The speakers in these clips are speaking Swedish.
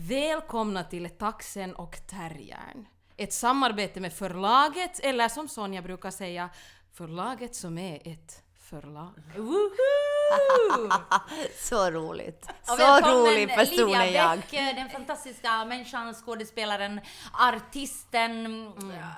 Välkomna till Taxen och Terriern. Ett samarbete med förlaget, eller som Sonja brukar säga, förlaget som är ett förlag. Så roligt. Och så rolig person är jag. Beck, den fantastiska människan, skådespelaren, artisten,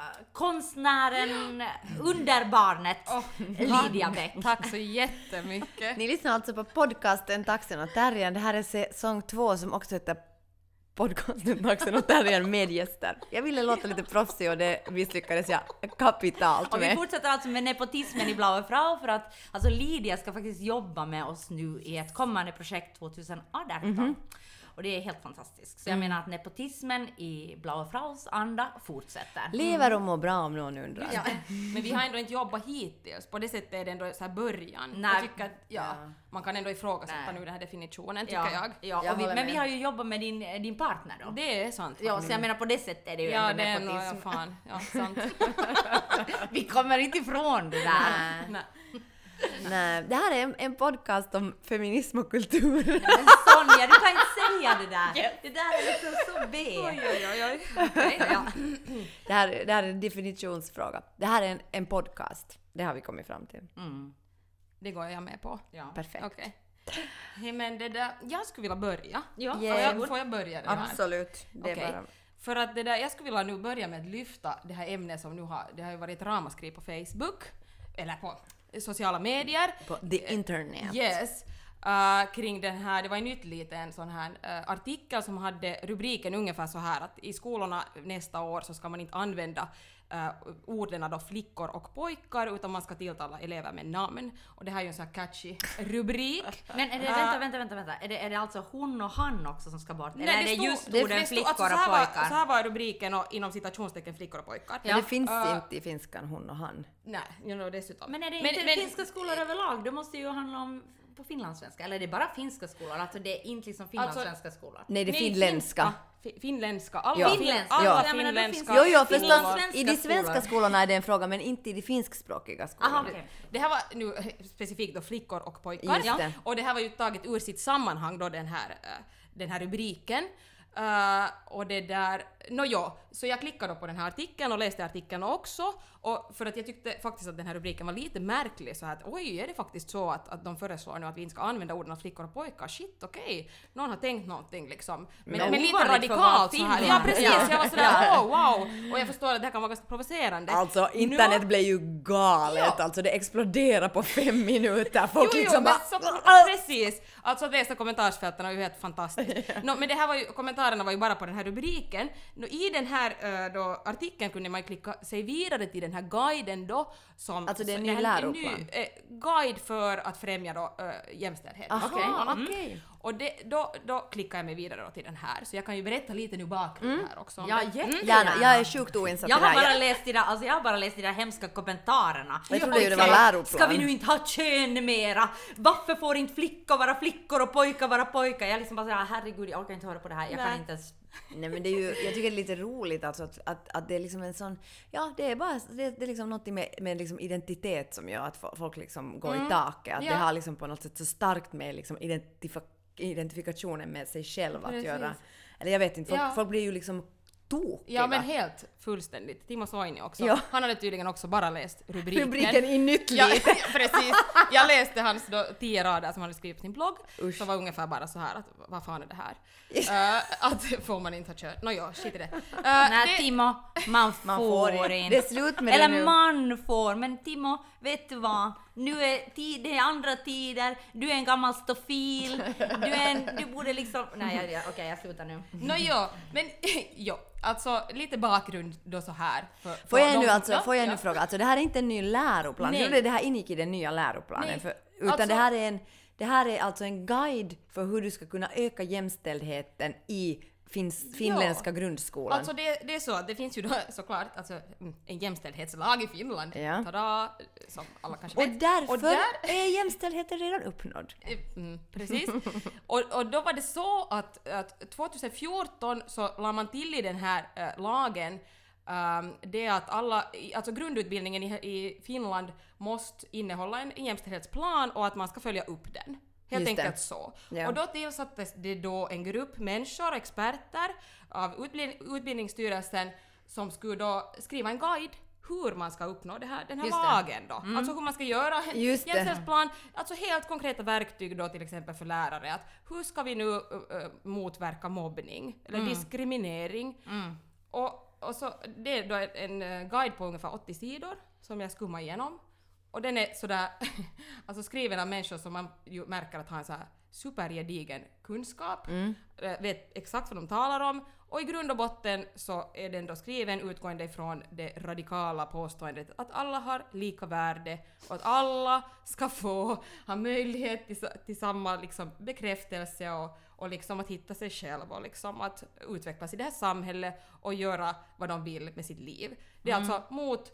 konstnären, underbarnet Lydia Beck. Tack så jättemycket. Ni lyssnar alltså på podcasten Taxen och Terriern. Det här är säsong 2 som också heter podcasten Taxen och Terriern med gäster. Jag ville låta lite proffsig och det misslyckades jag kapitalt Och vi med. fortsätter alltså med nepotismen i Blaue Frau för att alltså Lydia ska faktiskt jobba med oss nu i ett kommande projekt 2018. Och det är helt fantastiskt. Så jag menar att nepotismen i Blaue Fraus anda fortsätter. Lever och mår bra om någon undrar. Ja, men vi har ändå inte jobbat hittills. På det sättet är det ändå så här början. Nej. Jag tycker att man kan ändå ifrågasätta nu den här definitionen, tycker jag. Ja, Jag och håller men med. vi har ju jobbat med din partner då. Det är sant. Ja, så jag menar på det sättet är det ju Ja, ändå det är nepotism. nog fan. Ja, sant. Vi kommer inte ifrån det där. Nej. Nej, det här är en podcast om feminism och kultur. Men Sonja, du kan inte säga det där. Det där är liksom så B. Oj. Okay, ja. Det här är en definitionsfråga. Det här är en podcast. Det har vi kommit fram till. Det går jag med på. Ja. Perfekt. Okej. Hey, men det där, jag skulle vilja börja. Ja. Får jag börja det här? Absolut. Det är Okej. bara... För att det där, jag skulle vilja nu börja med att lyfta det här ämnet som nu det har ju varit ett ramaskri på Facebook, eller på sociala medier. På the internet. Yes. Kring den här, det var en nytt liten sån här artikel som hade rubriken ungefär så här att i skolorna nästa år så ska man inte använda orden då flickor och pojkar utan man ska tilltala elever med namn. Och det här är ju en sån här catchy rubrik. Men är det, vänta. Är det alltså hon och han också som ska bort? Eller är det just det orden flickor alltså, och pojkar? Så här var rubriken och inom citationstecken flickor och pojkar. Men det finns inte i finskan hon och han. Nej, dessutom. Men är det inte finska skolor överlag? Det måste ju handla om på finlandssvenska. Eller är det bara finska skolor? Alltså det är inte liksom finlandssvenska skolor. Nej, det är finländska. Finländska. Ja. Finländska. Alla Ja. Jag menar, då finländska. finns Jo, Finland förstås. svenska I de svenska skolor. skolorna är det en fråga, men inte i de finskspråkiga skolorna. Aha, okej. Det här var nu specifikt då flickor och pojkar. Just det. Och det här var ju taget ur sitt sammanhang då den här rubriken. Och det där, så jag klickade då på den här artikeln och läste artikeln också. Och för att jag tyckte faktiskt att den här rubriken var lite märklig så att oj, är det faktiskt så att de föreslår nu att vi inte ska använda orden flickor och pojkar? Shit, okej. Någon har tänkt någonting liksom. Men lite ovanligt för att vara radikalt så här. Finland. Ja, precis. Jag var sådär, wow. Och jag förstår att det här kan vara ganska provocerande. Alltså, internet blev ju galet. Ja. Alltså, det exploderar på 5 minuter. Folk liksom men bara... precis. Alltså att läsa kommentarsfälten är ju helt fantastiskt. Men det här var ju, kommentarerna var ju bara på den här rubriken. I den här då, artikeln kunde man klicka sig vidare till den här guiden då. Som, Alltså det är en så- ny läroplan. En ny guide för att främja då, jämställdhet. Okej. Och då klickar jag mig vidare då till den här. Så jag kan ju berätta lite nu bakgrund här också. Ja, jättegärna. Gärna, jag är sjukt oinsatt i Jag det har här. bara läst de där hemska kommentarerna. Jag trodde ju det var Okej, läroplan. Ska vi nu inte ha kön mera? Varför får inte flickor vara flickor och pojkar vara pojkar? Jag liksom bara säger herregud, jag orkar inte höra på det här. Jag kan inte ens... Nej, men det är ju, jag tycker det är lite roligt alltså att det är liksom en sån, ja det är bara, det är liksom något med liksom identitet som gör att folk liksom går i taket. Att det har liksom på något sätt så starkt med liksom identifikationen med sig själv att göra. Eller jag vet inte, folk blir ju liksom tokiga. Ja, men helt fullständigt. Timo Soini också. Ja. Han hade tydligen också bara läst rubriken. Rubriken i Nytt Liv. Ja, precis. Jag läste hans 10 rader som han hade skrivit på sin blogg. Usch. Som var ungefär bara så här att vad fan är det här? Att får man inte ha kört. Shit i det. Nej Timo, man får inte. Det är slut med Eller det nu. man får, men Timo, vet du vad? Nu är det är andra tider, du är en gammal stofil, du borde liksom... Nej, okej, jag slutar nu. Men alltså lite bakgrund då så här. Får jag nu fråga, alltså det här är inte en ny läroplan. Nej. Det här ingick i den nya läroplanen. Nej. Utan Alltså- det här är alltså en guide för hur du ska kunna öka jämställdheten i finländska grundskolan. Alltså det är så, det finns ju då såklart alltså, en jämställdhetslag i Finland. Ja. Tada, som alla kanske och vet. därför är jämställdheten redan uppnådd. Precis. och då var det så att 2014 så la man till i den här lagen det är att alltså grundutbildningen i Finland måste innehålla en jämställdhetsplan och att man ska följa upp den. Helt Just det. enkelt så. Ja. Och då tillsattes det då en grupp människor, experter av utbildningsstyrelsen som skulle då skriva en guide hur man ska uppnå den här Just det. lagen då. Alltså hur man ska göra en Just det. jämställdhetsplan, alltså helt konkreta verktyg då till exempel för lärare. Att hur ska vi nu motverka mobbning eller diskriminering? Och så det är då en guide på ungefär 80 sidor som jag skummar igenom. Och den är sådär alltså skriven av människor som man ju märker att har en så här supergedigen kunskap, vet exakt vad de talar om, och i grund och botten så är den då skriven utgående ifrån det radikala påståendet att alla har lika värde och att alla ska få ha möjlighet till samma liksom bekräftelse och liksom att hitta sig själv och liksom att utvecklas i det här samhället och göra vad de vill med sitt liv. Det är alltså mot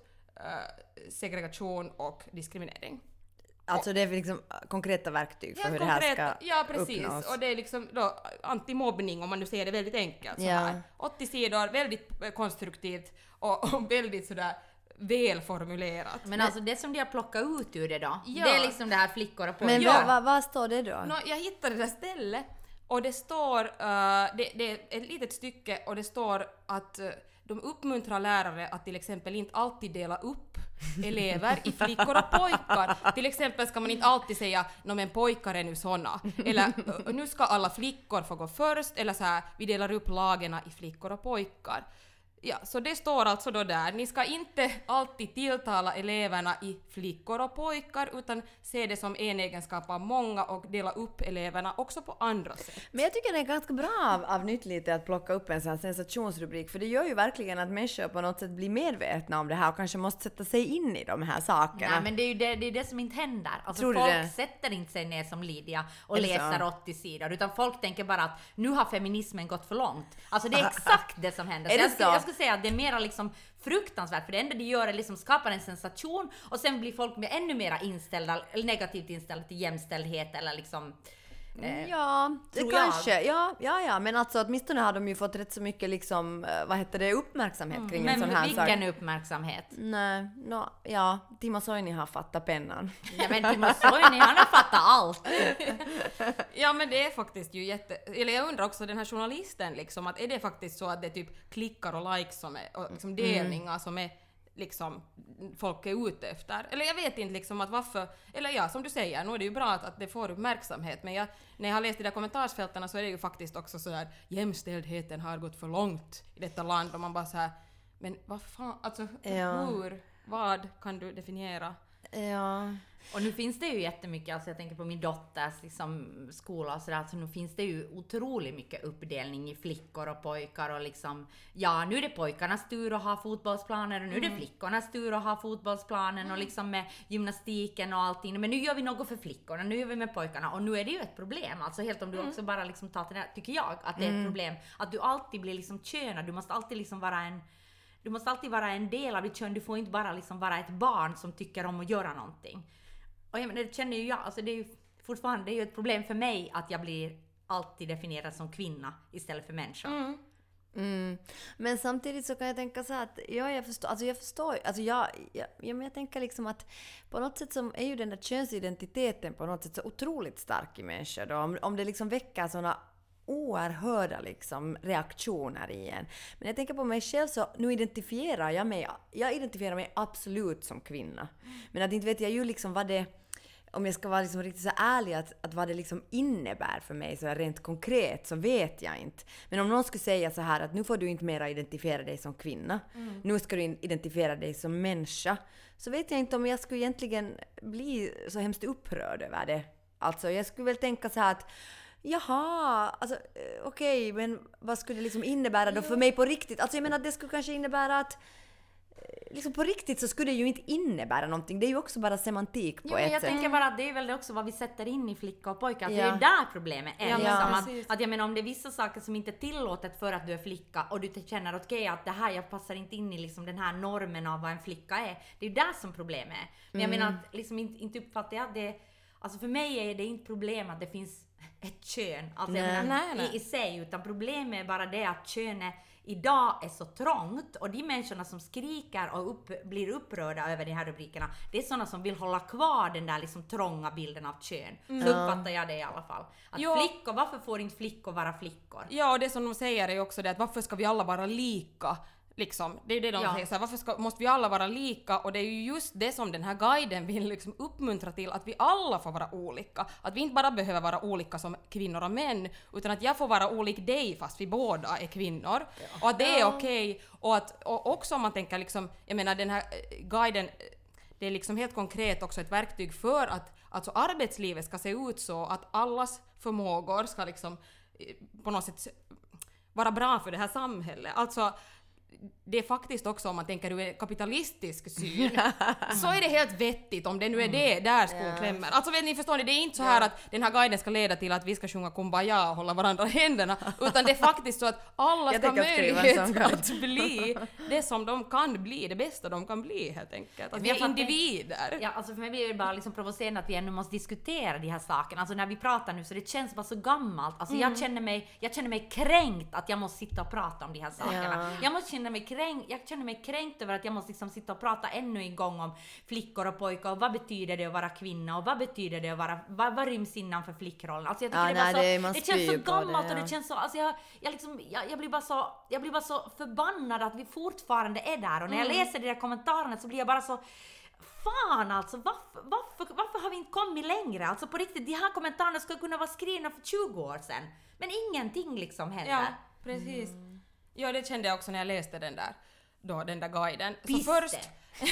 segregation och diskriminering. Alltså det är liksom konkreta verktyg för hur det här ska precis. uppnås. Och det är liksom då antimobbning, om man nu säger det väldigt enkelt. Så här. 80 sidor, väldigt konstruktivt och väldigt sådär välformulerat. Men alltså det som de har plockat ut ur det då, Ja. det är liksom det här flickor och pojkar. Men vad står det då? Jag hittade det där stället och det står, det är ett litet stycke och det står att de uppmuntrar lärare att till exempel inte alltid dela upp elever i flickor och pojkar. Till exempel ska man inte alltid säga men pojkar är nu såna. Eller nu ska alla flickor få gå först. Eller så här, vi delar upp lagarna i flickor och pojkar. Ja, så det står alltså då där. Ni ska inte alltid tilltala eleverna i flickor och pojkar utan se det som en egenskap av många och dela upp eleverna också på andra sätt. Men jag tycker det är ganska bra av Nytt lite att plocka upp en sån här sensationsrubrik, för det gör ju verkligen att människor på något sätt blir medvetna om det här och kanske måste sätta sig in i de här sakerna. Nej, men det är ju det som inte händer. Alltså Tror du folk det? sätter inte sig ner som Lydia och Eller läser så? 80 sidor, utan folk tänker bara att nu har feminismen gått för långt. Alltså det är exakt det som händer. Är det så? Jag skulle säga att det är mera liksom fruktansvärt, för det enda de gör är liksom skapar en sensation och sen blir folk ännu mera inställda eller negativt inställda till jämställdhet eller liksom Ja, det tror kanske. Ja, men alltså åtminstone har de ju fått rätt så mycket liksom, uppmärksamhet kring en sån här men sak. vilken uppmärksamhet? Nej, Timo Soini har fattat pennan. Ja, men Timo Soini, han har fattat allt. Ja, men det är faktiskt ju eller jag undrar också den här journalisten liksom, att är det faktiskt så att det är typ klickar och likes som är, och liksom delningar som är liksom folk är ute efter. Eller jag vet inte liksom att varför, eller ja, som du säger, nu är det ju bra att det får uppmärksamhet, men när jag har läst de där kommentarsfälten så är det ju faktiskt också så där jämställdheten har gått för långt i detta land och man bara så här, men vad fan, alltså vad kan du definiera? Ja. Och nu finns det ju jättemycket, alltså jag tänker på min dotters liksom, skola och sådär, alltså nu finns det ju otroligt mycket uppdelning i flickor och pojkar och liksom, ja nu är det pojkarnas tur att ha fotbollsplaner och nu är det flickornas tur att ha fotbollsplanen och liksom med gymnastiken och allting, men nu gör vi något för flickorna, nu gör vi med pojkarna och nu är det ju ett problem, alltså helt om du också bara liksom tar till det här, tycker jag att det är ett problem, att du alltid blir liksom könad, du måste alltid liksom vara en del av ditt kön, du får inte bara liksom vara ett barn som tycker om att göra någonting. Och det känner ju jag, alltså det är ju fortfarande det är ju ett problem för mig att jag blir alltid definierad som kvinna istället för människa. Men samtidigt så kan jag tänka så här att jag förstår, men jag tänker liksom att på något sätt så är ju den där könsidentiteten på något sätt så otroligt stark i människor då, om det liksom väcker såna oerhörda liksom reaktioner i en. Men jag tänker på mig själv, så nu identifierar jag identifierar mig absolut som kvinna. Men att inte vet jag ju liksom vad det, om jag ska vara liksom riktigt så ärlig, att vad det liksom innebär för mig så rent konkret, så vet jag inte. Men om någon skulle säga så här att nu får du inte mera identifiera dig som kvinna, nu ska du identifiera dig som människa, så vet jag inte om jag skulle egentligen bli så hemskt upprörd över det. Alltså jag skulle väl tänka så här att jaha, alltså okej, men vad skulle det liksom innebära då för mig på riktigt? Alltså jag menar, det skulle kanske innebära att liksom på riktigt så skulle det ju inte innebära någonting. Det är ju också bara semantik på ett jag sätt. tänker bara att det är väl också vad vi sätter in i flickor och pojkar. Att det Ja. är ju där problemet är. Ja, Liksom, att jag menar, om det är vissa saker som inte är tillåtet för att du är flicka och du känner att okej, att det här, jag passar inte in i liksom den här normen av vad en flicka är. Det är ju där som problemet är. Men jag menar att liksom inte uppfattar jag det. Alltså för mig är det inte problem att det finns ett kön. Alltså jag menar, i sig, utan problemet är bara det att könet idag är så trångt, och de människorna som skriker och blir upprörda över de här rubrikerna, det är sådana som vill hålla kvar den där liksom trånga bilden av kön. Så uppfattar jag det i alla fall. Att flickor, varför får inte flickor vara flickor? Ja, och det som de säger är också det att varför ska vi alla vara lika? Liksom. Det är ju det de säger, så här, varför måste vi alla vara lika? Och det är ju just det som den här guiden vill liksom uppmuntra till, att vi alla får vara olika. Att vi inte bara behöver vara olika som kvinnor och män, utan att jag får vara olik dig fast vi båda är kvinnor. Och att det är okej. Och också om man tänker liksom, jag menar den här guiden, det är liksom helt konkret också ett verktyg för att alltså arbetslivet ska se ut så att allas förmågor ska liksom på något sätt vara bra för det här samhället. Alltså det är faktiskt också, om man tänker ur en kapitalistisk syn, så är det helt vettigt om det nu är det där skon klämmer. Alltså vet ni, förstår ni, det är inte så här att den här guiden ska leda till att vi ska sjunga Kumbaya och hålla varandra i händerna, utan det är faktiskt så att alla ska ha möjlighet att bli det som de kan bli, det bästa de kan bli helt enkelt. Att vi är individer. Ja, alltså för mig blir det bara liksom provocerande att vi ännu måste diskutera de här sakerna. Alltså när vi pratar nu så det känns bara så gammalt. Alltså jag känner mig kränkt att jag måste sitta och prata om de här sakerna. Jag känner mig kränkt över att jag måste liksom sitta och prata ännu en gång om flickor och pojkar, och vad betyder det att vara kvinna, och vad betyder det att vara, vad ryms innanför flickrollen. Alltså jag tycker det känns så gammalt, och det känns så, alltså jag blir bara så förbannad att vi fortfarande är där, och när jag läser de där kommentarerna så blir jag bara så fan, alltså varför har vi inte kommit längre? Alltså på riktigt, de här kommentarerna skulle kunna vara skrivna för 20 år sedan, men ingenting liksom händer. Ja, precis. Ja, det kände jag också när jag läste den där guiden. Piste. Så först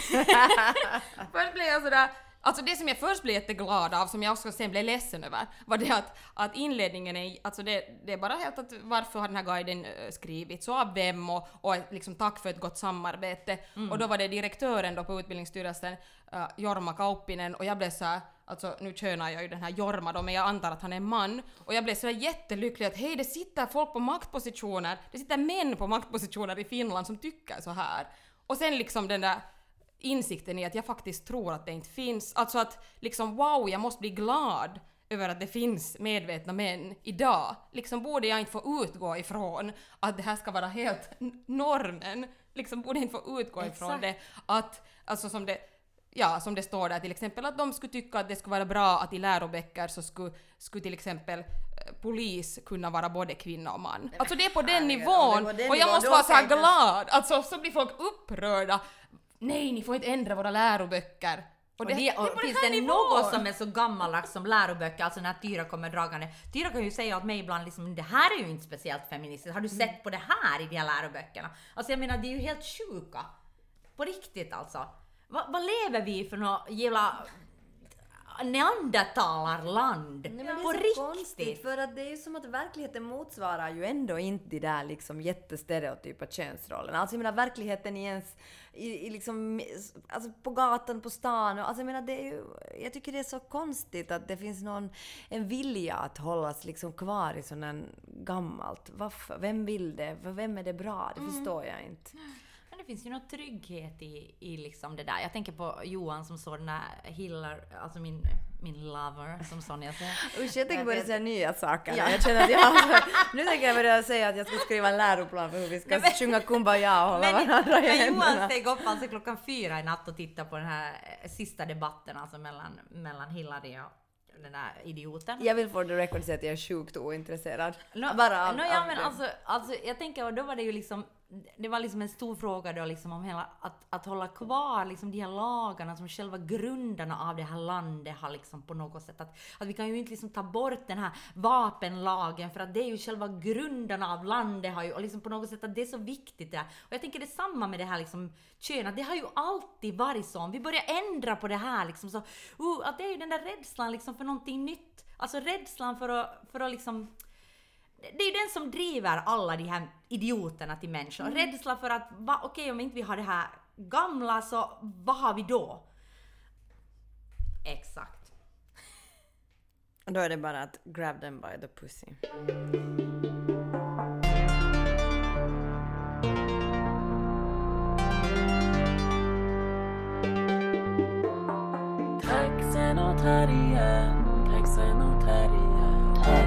blev jag sådär, alltså det som jag först blev jätteglad av, som jag också sen blev ledsen över, var det att inledningen är, alltså det är bara helt att varför har den här guiden skrivits och av vem, och liksom tack för ett gott samarbete. Och då var det direktören då på Utbildningsstyrelsen, Jorma Kauppinen, och jag blev så här, alltså nu könar jag ju den här Jorma då, men jag antar att han är en man, och jag blev så jättelycklig att hej, det sitter folk på maktpositioner, det sitter män på maktpositioner i Finland som tycker så här. Och sen liksom den där insikten i att jag faktiskt tror att det inte finns, alltså att liksom wow, jag måste bli glad över att det finns medvetna män idag. Liksom borde jag inte få utgå ifrån att det här ska vara helt normen, liksom borde jag inte få utgå ifrån det, att alltså som det står där till exempel, att de skulle tycka att det skulle vara bra att i läroböcker så skulle till exempel polis kunna vara både kvinna och man. Alltså det är på den nivån, och jag måste vara så här glad. Alltså så blir folk upprörda. Nej, ni får inte ändra våra läroböcker. Och finns det något som är så gammaldags som läroböcker, alltså när Tyra kommer dragande. Tyra kan ju säga åt mig ibland liksom, det här är ju inte speciellt feministiskt. Har du sett på det här i de här läroböckerna? Alltså jag menar, det är ju helt sjuka. På riktigt alltså. Vad lever vi för något jävla neandertalarland? Nej, men det är på så riktigt. konstigt, för att det är ju som att verkligheten motsvarar ju ändå inte de där liksom jättestereotypa könsrollerna. Alltså jag menar, verkligheten i liksom, alltså på gatan, på stan, alltså jag menar, det är ju, jag tycker det är så konstigt att det finns en vilja att hållas liksom kvar i sån gammalt. Varför? Vem vill det? För vem är det bra? Det förstår jag inte. Men det finns ju någon trygghet i liksom det där. Jag tänker på Johan som såg den där Hiller, alltså min lover, som Sonja säger. Usch, jag tänker börja säga nya saker. Ja. Jag känner att nu tänker jag börja säga att jag ska skriva en läroplan för hur vi ska sjunga Kumbaya och hålla varandra i händerna. Johan steg upp alltså 4:00 i natt och tittade på den här sista debatten alltså mellan Hillary och den där idioten. Jag vill for the record säga att jag är sjukt ointresserad. Alltså jag tänker, och då var det ju liksom, det var liksom en stor fråga då liksom om hela att hålla kvar liksom de här lagarna som själva grundarna av det här landet har liksom på något sätt, att vi kan ju inte liksom ta bort den här vapenlagen, för att det är ju själva grundarna av landet har ju, och liksom på något sätt att det är så viktigt där. Och jag tänker det är samma med det här liksom kön, att det har ju alltid varit så. Om vi börjar ändra på det här liksom så att det är ju den där rädslan liksom för någonting nytt, alltså rädslan för att liksom, det är ju den som driver alla de här idioterna till människor. Rädsla för att, okej, om inte vi har det här gamla, så vad har vi då? Exakt. Då är det bara att grab them by the pussy. Taxen och terriern, taxen och terriern.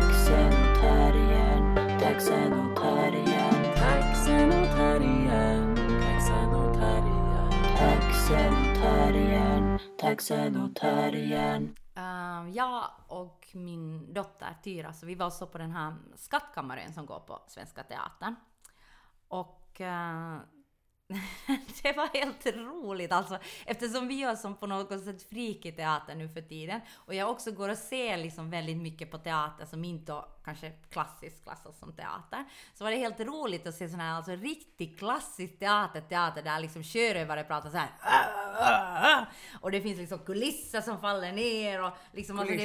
taxen och terriern. Jag och min dotter Tyra, så vi var så på den här skattkammaren som går på Svenska Teatern. Och det var helt roligt alltså, eftersom vi gör som på något sätt frik i teater nu för tiden, och jag också går och ser liksom väldigt mycket på teater som inte kanske klassiskt klassas som teater, så var det helt roligt att se sån här alltså riktigt klassisk teater där liksom sjörövare pratar så här och det finns liksom kulisser som faller ner och liksom alltså det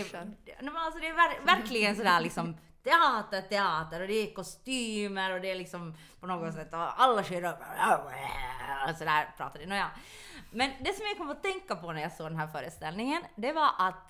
är verkligen sådär liksom teater och det är kostymer och det är liksom på något sätt och alla kör och sådär pratar det. Nåja. Men det som jag kom att tänka på när jag såg den här föreställningen, det var att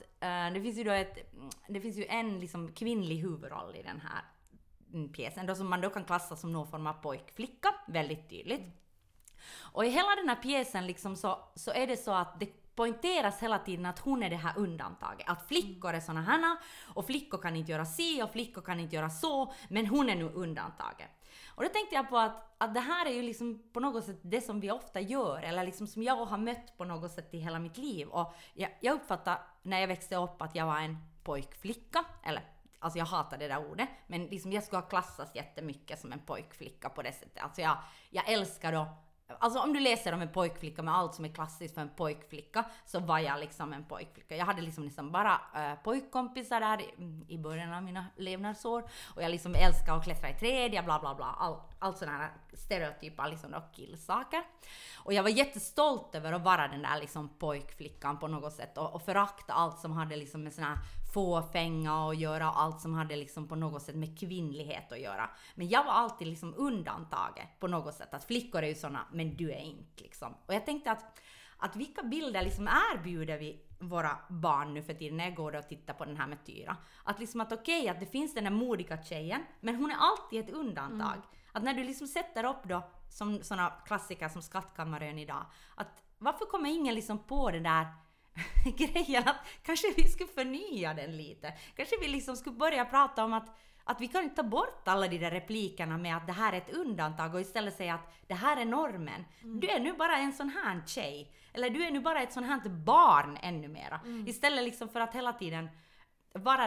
det finns ju en liksom kvinnlig huvudroll i den här pjäsen då, som man då kan klassa som någon form av pojkflicka, väldigt tydligt. Och i hela den här pjäsen liksom så är det så att det poängteras hela tiden att hon är det här undantaget. Att flickor är såna här och flickor kan inte göra si och flickor kan inte göra så, men hon är nu undantaget. Och då tänkte jag på att det här är ju liksom på något sätt det som vi ofta gör, eller liksom som jag har mött på något sätt i hela mitt liv. Och jag uppfattade när jag växte upp att jag var en pojkflicka, eller alltså jag hatar det där ordet, men liksom jag skulle ha klassats jättemycket som en pojkflicka på det sättet. Alltså jag älskar då, alltså om du läser om en pojkflicka med allt som är klassiskt för en pojkflicka, så var jag liksom en pojkflicka. Jag hade liksom nästan bara pojkkompisar där i början av mina levnadsår. Och jag liksom älskar att klättra i träd, bla bla bla. Allt sådana här stereotyper liksom då, killsaker. Och jag var jättestolt över att vara den där liksom pojkflickan på något sätt. Och förakta allt som hade liksom med såna här fåfänga och göra, allt som hade liksom på något sätt med kvinnlighet att göra. Men jag var alltid liksom undantaget på något sätt. Att flickor är ju såna, men du är inte liksom. Och jag tänkte att vilka bilder liksom erbjuder vi våra barn nu för tiden när jag går och tittar på den här med Tyra. Att liksom att okej, att det finns den där modiga tjejen, men hon är alltid ett undantag. Att när du liksom sätter upp då som såna klassiker som Skattkammaren idag, att varför kommer ingen liksom på det där grejen att kanske vi skulle förnya den lite. Kanske vi liksom skulle börja prata om att vi kan inte ta bort alla de där replikerna med att det här är ett undantag och istället säga att det här är normen. Du är nu bara en sån här tjej. Eller du är nu bara ett sån här barn ännu mera. Istället liksom för att hela tiden vara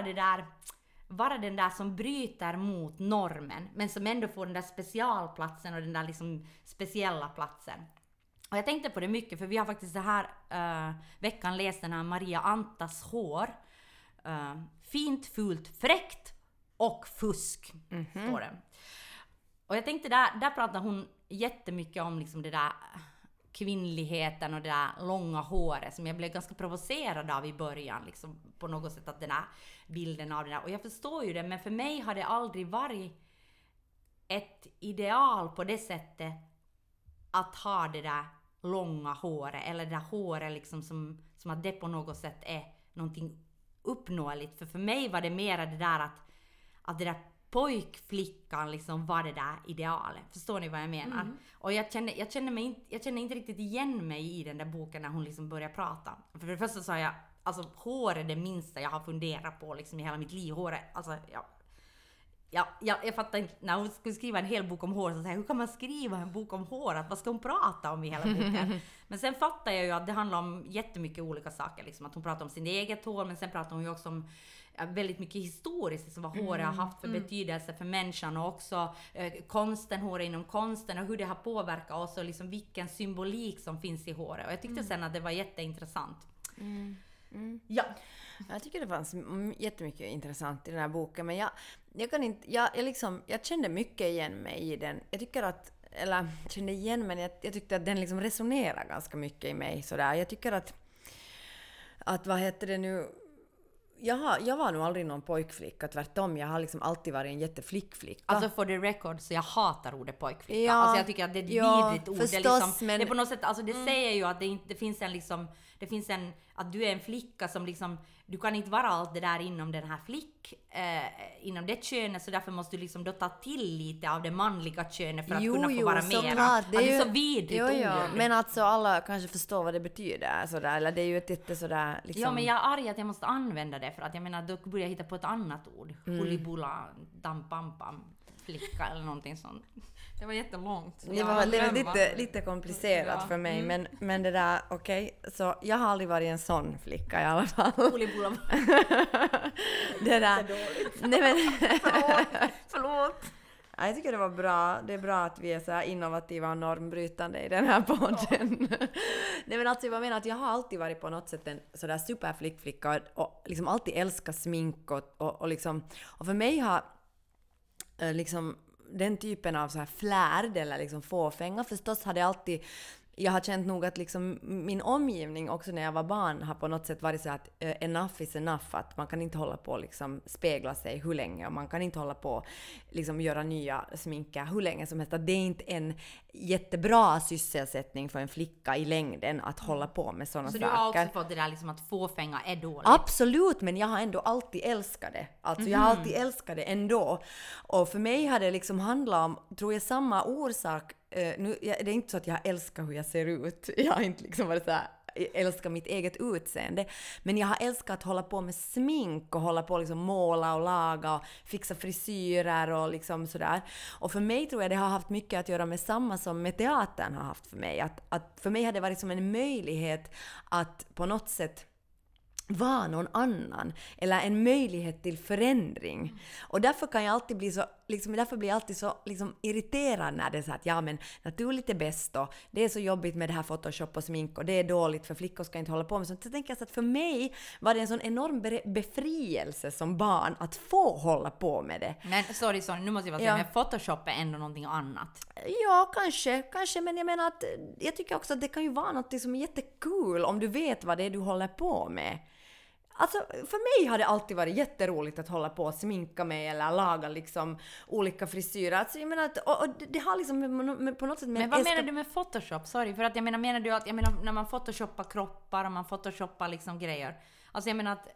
den där som bryter mot normen, men som ändå får den där specialplatsen och den där liksom speciella platsen. Och jag tänkte på det mycket, för vi har faktiskt det här veckan läst den här Maria Antas hår. Fint, fult, fräckt och fusk, står det. Och jag tänkte där pratar hon jättemycket om liksom det där kvinnligheten och det där långa håret som jag blev ganska provocerad av i början. Liksom, på något sätt att den där bilden av det där. Och jag förstår ju det, men för mig har det aldrig varit ett ideal på det sättet att ha det där långa håret, eller det där håret liksom som att det på något sätt är någonting uppnåeligt. För mig var det mer det där att det där pojkflickan liksom var det där idealet. Förstår ni vad jag menar? Och jag känner inte riktigt igen mig i den där boken när hon liksom börjar prata. För det första sa jag, alltså hår är det minsta jag har funderat på liksom i hela mitt liv. Håret, alltså jag fattar inte, när hon skulle skriva en hel bok om hår så säger jag, hur kan man skriva en bok om hår? Vad ska hon prata om i hela boken? Men sen fattar jag ju att det handlar om jättemycket olika saker. Liksom. Att hon pratar om sin eget hår, men sen pratar hon ju också om väldigt mycket historiskt, liksom, vad håret har haft för betydelse för människan, och också konsten, håret inom konsten och hur det har påverkat oss och liksom vilken symbolik som finns i håret. Och jag tyckte sen att det var jätteintressant. Ja. Jag tycker det fanns jättemycket intressant i den här boken, men jag kände mycket igen mig i den. Jag tycker kände igen, men jag tyckte att den liksom resonerar ganska mycket i mig sådär. Jag tycker att vad heter det nu, jag var nog aldrig någon pojkflicka, tvärtom. Jag har liksom alltid varit en jätteflickflicka. Alltså för the record, så jag hatar ordet pojkflicka. Ja, alltså jag tycker att det är ett vidrigt ord. Förstås, det är liksom, men det är på något sätt, alltså det säger ju att det finns en liksom, det finns en, att du är en flicka som liksom, du kan inte vara allt det där inom den här inom det könet, så därför måste du liksom då ta till lite av det manliga könet för att kunna få vara mera. Det är så vidrigt ord. Men alltså alla kanske förstår vad det betyder sådär, eller det är ju ett jätte sådär liksom. Ja, men jag är arg att jag måste använda det, för att jag menar, då börjar jag hitta på ett annat ord. Hullibula, dampam. flicka eller någonting sånt. Det var jättelångt. Det var lite komplicerat för mig, men det där, okej. Så jag har aldrig varit en sån flicka i alla fall. Det där. Nej, men Förlåt. jag tycker det var bra. Det är bra att vi är så här innovativa och normbrytande i den här podden. Nej, men alltså jag menar att jag har alltid varit på något sätt en sådär superflickflicka och liksom alltid älskat smink och liksom, och för mig har liksom den typen av så här flärd eller liksom fåfänga förstås hade alltid, jag har känt nog att liksom min omgivning också när jag var barn har på något sätt varit så att enough is enough, att man kan inte hålla på liksom spegla sig hur länge och man kan inte hålla på liksom göra nya sminka hur länge som helst, att det är inte en jättebra sysselsättning för en flicka i längden att hålla på med sådana saker. Så du har också fått det där liksom att fåfänga är dåligt? Absolut, men jag har ändå alltid älskat det. Alltså jag har alltid älskat det ändå. Och för mig har det liksom handlat om, tror jag, samma orsak. Det är inte så att jag älskar hur jag ser ut. Jag har inte liksom varit så här, älskar mitt eget utseende. Men jag har älskat att hålla på med smink och hålla på liksom måla och laga och fixa frisyrer och liksom sådär. Och för mig tror jag det har haft mycket att göra med samma som med teatern har haft för mig. Att för mig har det varit som en möjlighet att på något sätt vara någon annan eller en möjlighet till förändring. Och därför kan jag alltid bli så liksom, därför blir jag alltid så liksom irriterad när det är så att ja, men naturligt är bäst och det är så jobbigt med det här Photoshop och smink och det är dåligt för flickor ska inte hålla på med sånt. Så tänker jag så att för mig var det en sån enorm befrielse som barn att få hålla på med det. Men sorry, nu måste jag bara säga, men Photoshop är ändå någonting annat. Ja, kanske, men jag menar att jag tycker också att det kan ju vara något som är jättekul om du vet vad det är du håller på med. Alltså, för mig har det alltid varit jätteroligt att hålla på och sminka mig eller laga liksom olika frisyrer. Alltså, jag menar att, och det har liksom på något sätt med... Men vad menar du med Photoshop? Sorry, för att menar du att när man photoshoppar kroppar och man photoshoppar liksom grejer. Alltså jag menar att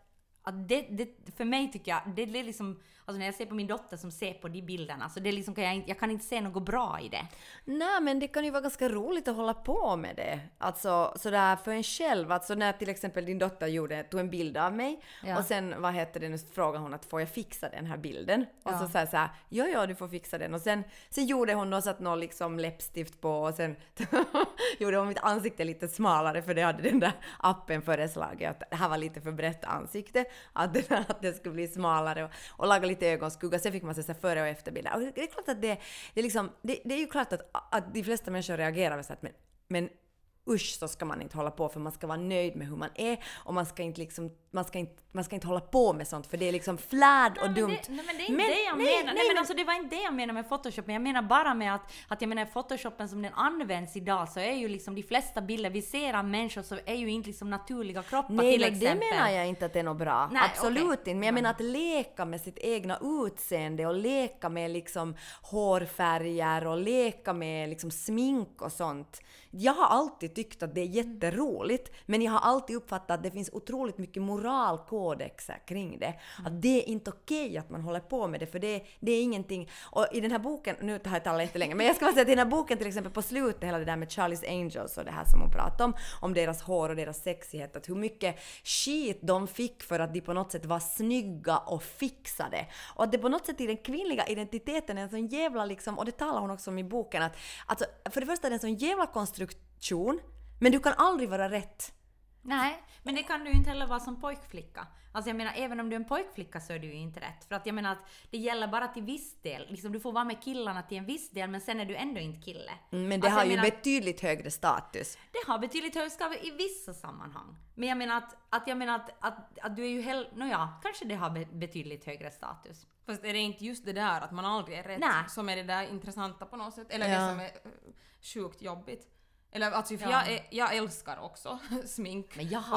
det för mig tycker jag, det är liksom, alltså när jag ser på min dotter som ser på de bilderna, så det är liksom, jag kan inte se något bra i det. Nej, men det kan ju vara ganska roligt att hålla på med det. Alltså sådär för en själv. Alltså när till exempel din dotter tog en bild av mig och sen, frågade hon att får jag fixa den här bilden? Och så sa jag ja, du får fixa den. Och sen gjorde hon och satt någon liksom läppstift på och sen gjorde hon mitt ansikte lite smalare för det hade den där appen föreslagit att det här var lite för brett ansikte. Att det skulle bli smalare och laga lite ögonskugga. Sen fick man se före och efterbilder. Och det är klart att det är liksom, det är ju klart att de flesta människor reagerar så att men usch, så ska man inte hålla på, för man ska vara nöjd med hur man är och man ska inte liksom, man ska inte hålla på med sånt för det är liksom flärd och dumt. Men det är inte det jag menar. Nej, men alltså det var inte det jag menar med Photoshop, men jag menar bara med att jag menar Photoshopen som den används idag, så är ju liksom de flesta bilder vi ser av människor så är ju inte liksom naturliga kroppar till exempel. Nej, det menar jag inte att det är något bra. Nej, absolut inte. Men jag menar att leka med sitt egna utseende och leka med liksom hårfärger och leka med liksom smink och sånt. Jag har alltid tyckt att det är jätteroligt, men jag har alltid uppfattat att det finns otroligt mycket moralkodexer kring det. Att det är inte okej att man håller på med det, för det är ingenting. Och i den här boken, nu har jag talat jättelänge, men jag ska bara säga att i den här boken till exempel på slutet, hela det där med Charlie's Angels och det här som hon pratade om deras hår och deras sexighet, att hur mycket skit de fick för att de på något sätt var snygga och fixade. Och att det på något sätt i den kvinnliga identiteten är en sån jävla liksom, och det talar hon också om i boken, att alltså, för det första är det en sån jävla konstruktion, men du kan aldrig vara rätt. Nej, men det kan du ju inte heller vara som pojkflicka. Alltså jag menar, även om du är en pojkflicka så är du ju inte rätt. För att jag menar att det gäller bara till viss del. Liksom, du får vara med killarna till en viss del, men sen är du ändå inte kille. Men det alltså, har ju betydligt högre status. Det har betydligt högre status i vissa sammanhang. Men jag menar att du är ju kanske det har betydligt högre status. Fast är det inte just det där att man aldrig är rätt som är det där intressanta på något sätt? Eller det som är sjukt jobbigt? Eller alltså, för jag älskar också smink. Men jag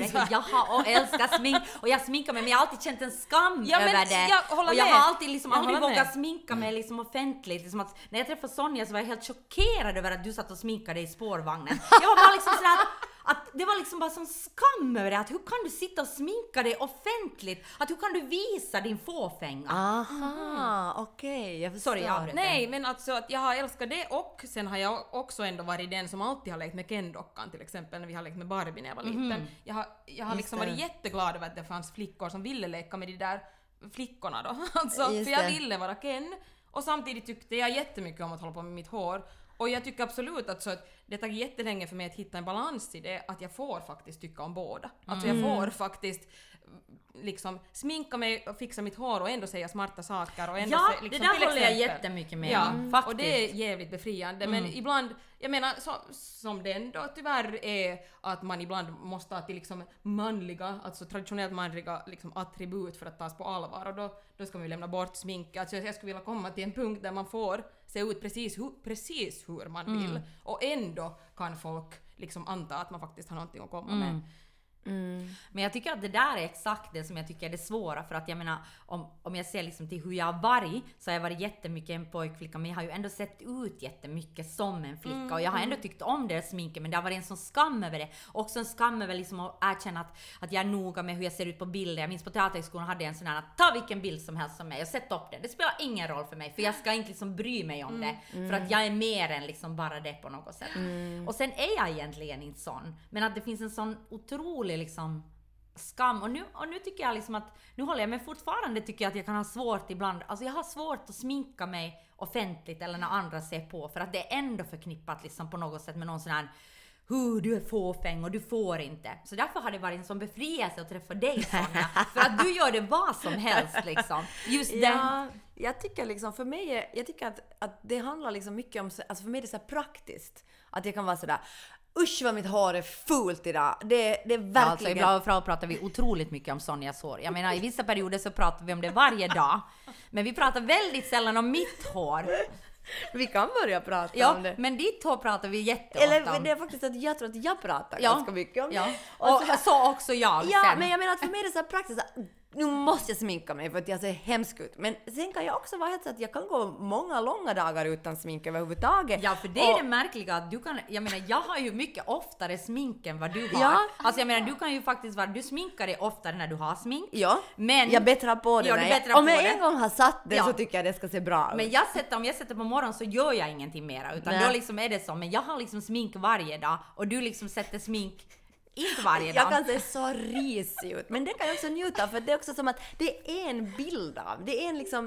har älskar smink och jag sminkar mig, men jag har alltid känt en skam över det. Jag har alltid liksom aldrig vågat sminka mig liksom offentligt. Liksom att, när jag träffade Sonja så var jag helt chockerad över att du satt och sminkade i spårvagnen. Jag var bara liksom sådär att det var liksom bara sån skam över det. Att hur kan du sitta och sminka dig offentligt? Att hur kan du visa din fåfänga? Aha, okej. Jag förstår. Sorry, nej, men alltså att jag har älskat det, och sen har jag också ändå varit den som alltid har lekt med Ken-dockan, till exempel när vi har lekt med Barbie när jag var liten. Jag har liksom varit jätteglad över att det fanns flickor som ville leka med de där flickorna då. Alltså, för jag ville vara Ken. Och samtidigt tyckte jag jättemycket om att hålla på med mitt hår. Och jag tycker absolut att det tar jättelänge för mig att hitta en balans i det, att jag får faktiskt tycka om båda. Alltså jag får faktiskt liksom sminka mig och fixa mitt hår och ändå säga smarta saker och ändå det liksom, där håller jag jättemycket med om, faktiskt. Och det är jävligt befriande, men ibland, jag menar som det ändå tyvärr är att man ibland måste ha till liksom manliga, alltså traditionellt manliga liksom attribut för att tas på allvar, och då ska man ju lämna bort smink. Alltså jag skulle vilja komma till en punkt där man får se ut precis hur man vill, och ändå kan folk liksom anta att man faktiskt har någonting att komma med. Men jag tycker att det där är exakt det som jag tycker är det svåra, för att jag menar om jag ser liksom till hur jag har varit, så har jag varit jättemycket en pojkflicka, men jag har ju ändå sett ut jättemycket som en flicka och jag har ändå tyckt om det sminket, men det har varit en sån skam över det. Också en skam över liksom att erkänna att jag är noga med hur jag ser ut på bilder. Jag minns på teaterhögskolan hade jag en sån här att ta vilken bild som helst som mig och sätt upp den. Det spelar ingen roll för mig, för jag ska inte liksom bry mig om det, för att jag är mer än liksom bara det på något sätt. Och sen är jag egentligen inte sån, men att det finns en sån otrolig liksom skam, och nu tycker jag liksom att nu håller jag, men fortfarande tycker jag att jag kan ha svårt ibland, alltså jag har svårt att sminka mig offentligt eller när andra ser på, för att det är ändå förknippat liksom på något sätt med någon sån här du är fåfäng och du får inte. Så därför har det varit en sån befrielse att träffa dig, Sonja, för att du gör det vad som helst liksom. Just den. Jag tycker liksom för mig, jag tycker att det handlar liksom mycket om, alltså för mig är det så här praktiskt att jag kan vara sådär, usch vad mitt hår är fult idag. Det är verkligen... Alltså i Blau Frau pratar vi otroligt mycket om Sonjas hår. Jag menar, i vissa perioder så pratar vi om det varje dag. Men vi pratar väldigt sällan om mitt hår. Vi kan börja prata om det. Men ditt hår pratar vi jätteofta om. Eller det är faktiskt att jag tror att jag pratar ganska mycket om det. Ja. Och så också jag. Ja, sen. men jag menar att för mig är det så här praktiskt att nu måste jag sminka mig för att jag ser hemsk ut. Men sen kan jag också vara helt så att jag kan gå många långa dagar utan smink överhuvudtaget. Ja, för det är det märkliga att du kan, jag menar, jag har ju mycket oftare smink än vad du har. Ja. Alltså jag menar, du kan ju faktiskt vara, du sminkar dig oftare när du har smink. Ja, men jag bättrar på det. Om jag en gång har satt det så tycker jag det ska se bra ut. Men om jag sätter på morgonen så gör jag ingenting mera, utan då liksom är det så. Men jag har liksom smink varje dag och du liksom sätter smink inte varje dag. Jag kan se så risig ut, men det kan jag också njuta av, för det är också som att det är en bild av, det är en liksom,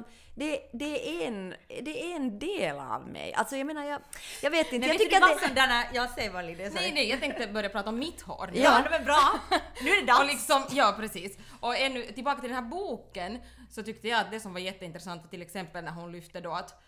det är en del av mig. Alltså jag menar, jag vet inte. Nej, jag tycker att det... Jag säger vad det är. Nej, jag tänkte börja prata om mitt hår. Ja, det är bra. Nu är det dags. Och liksom, ja, precis. Och ännu tillbaka till den här boken, så tyckte jag att det som var jätteintressant, till exempel när hon lyfte då att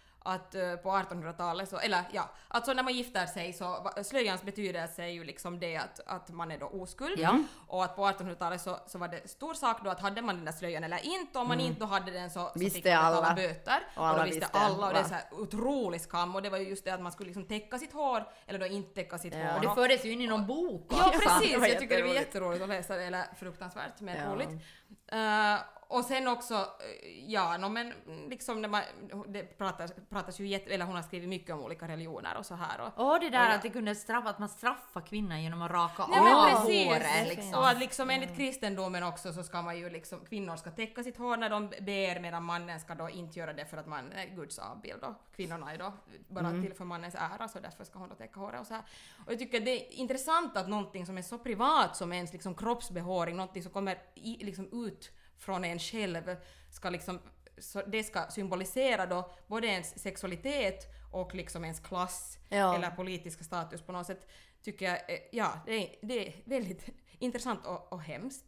på 1800-talet så, eller ja, alltså när man gifter sig så slöjans betydelse är ju liksom det att man är då oskuld. Ja. Och att på 1800-talet så var det stor sak då att hade man den där slöjan eller inte, om man inte hade den så fick man betala böter. Och då visste alla, och det är så här otrolig skam, och det var ju just det att man skulle liksom täcka sitt hår eller då inte täcka sitt hår. Och det fördes ju in i någon bok. Ja, precis. Jag tycker det var jätteroligt att läsa det, eller fruktansvärt, men roligt. Och sen också, men liksom när man, det pratas ju eller hon har skrivit mycket om olika religioner och så här. Och det där att det kunde att man straffar kvinnan genom att raka av håret. Liksom. Och att liksom enligt kristendomen också så ska man ju liksom, kvinnor ska täcka sitt hår när de ber, medan mannen ska då inte göra det för att man är Guds avbild. Och kvinnorna är då bara till för mannens ära, så därför ska hon då täcka håret och så här. Och jag tycker det är intressant att någonting som är så privat som ens liksom kroppsbehåring, någonting som kommer liksom ut från en själv, ska liksom, så det ska symbolisera då både ens sexualitet och liksom ens klass eller politiska status på något sätt, tycker jag, det är väldigt intressant och hemskt.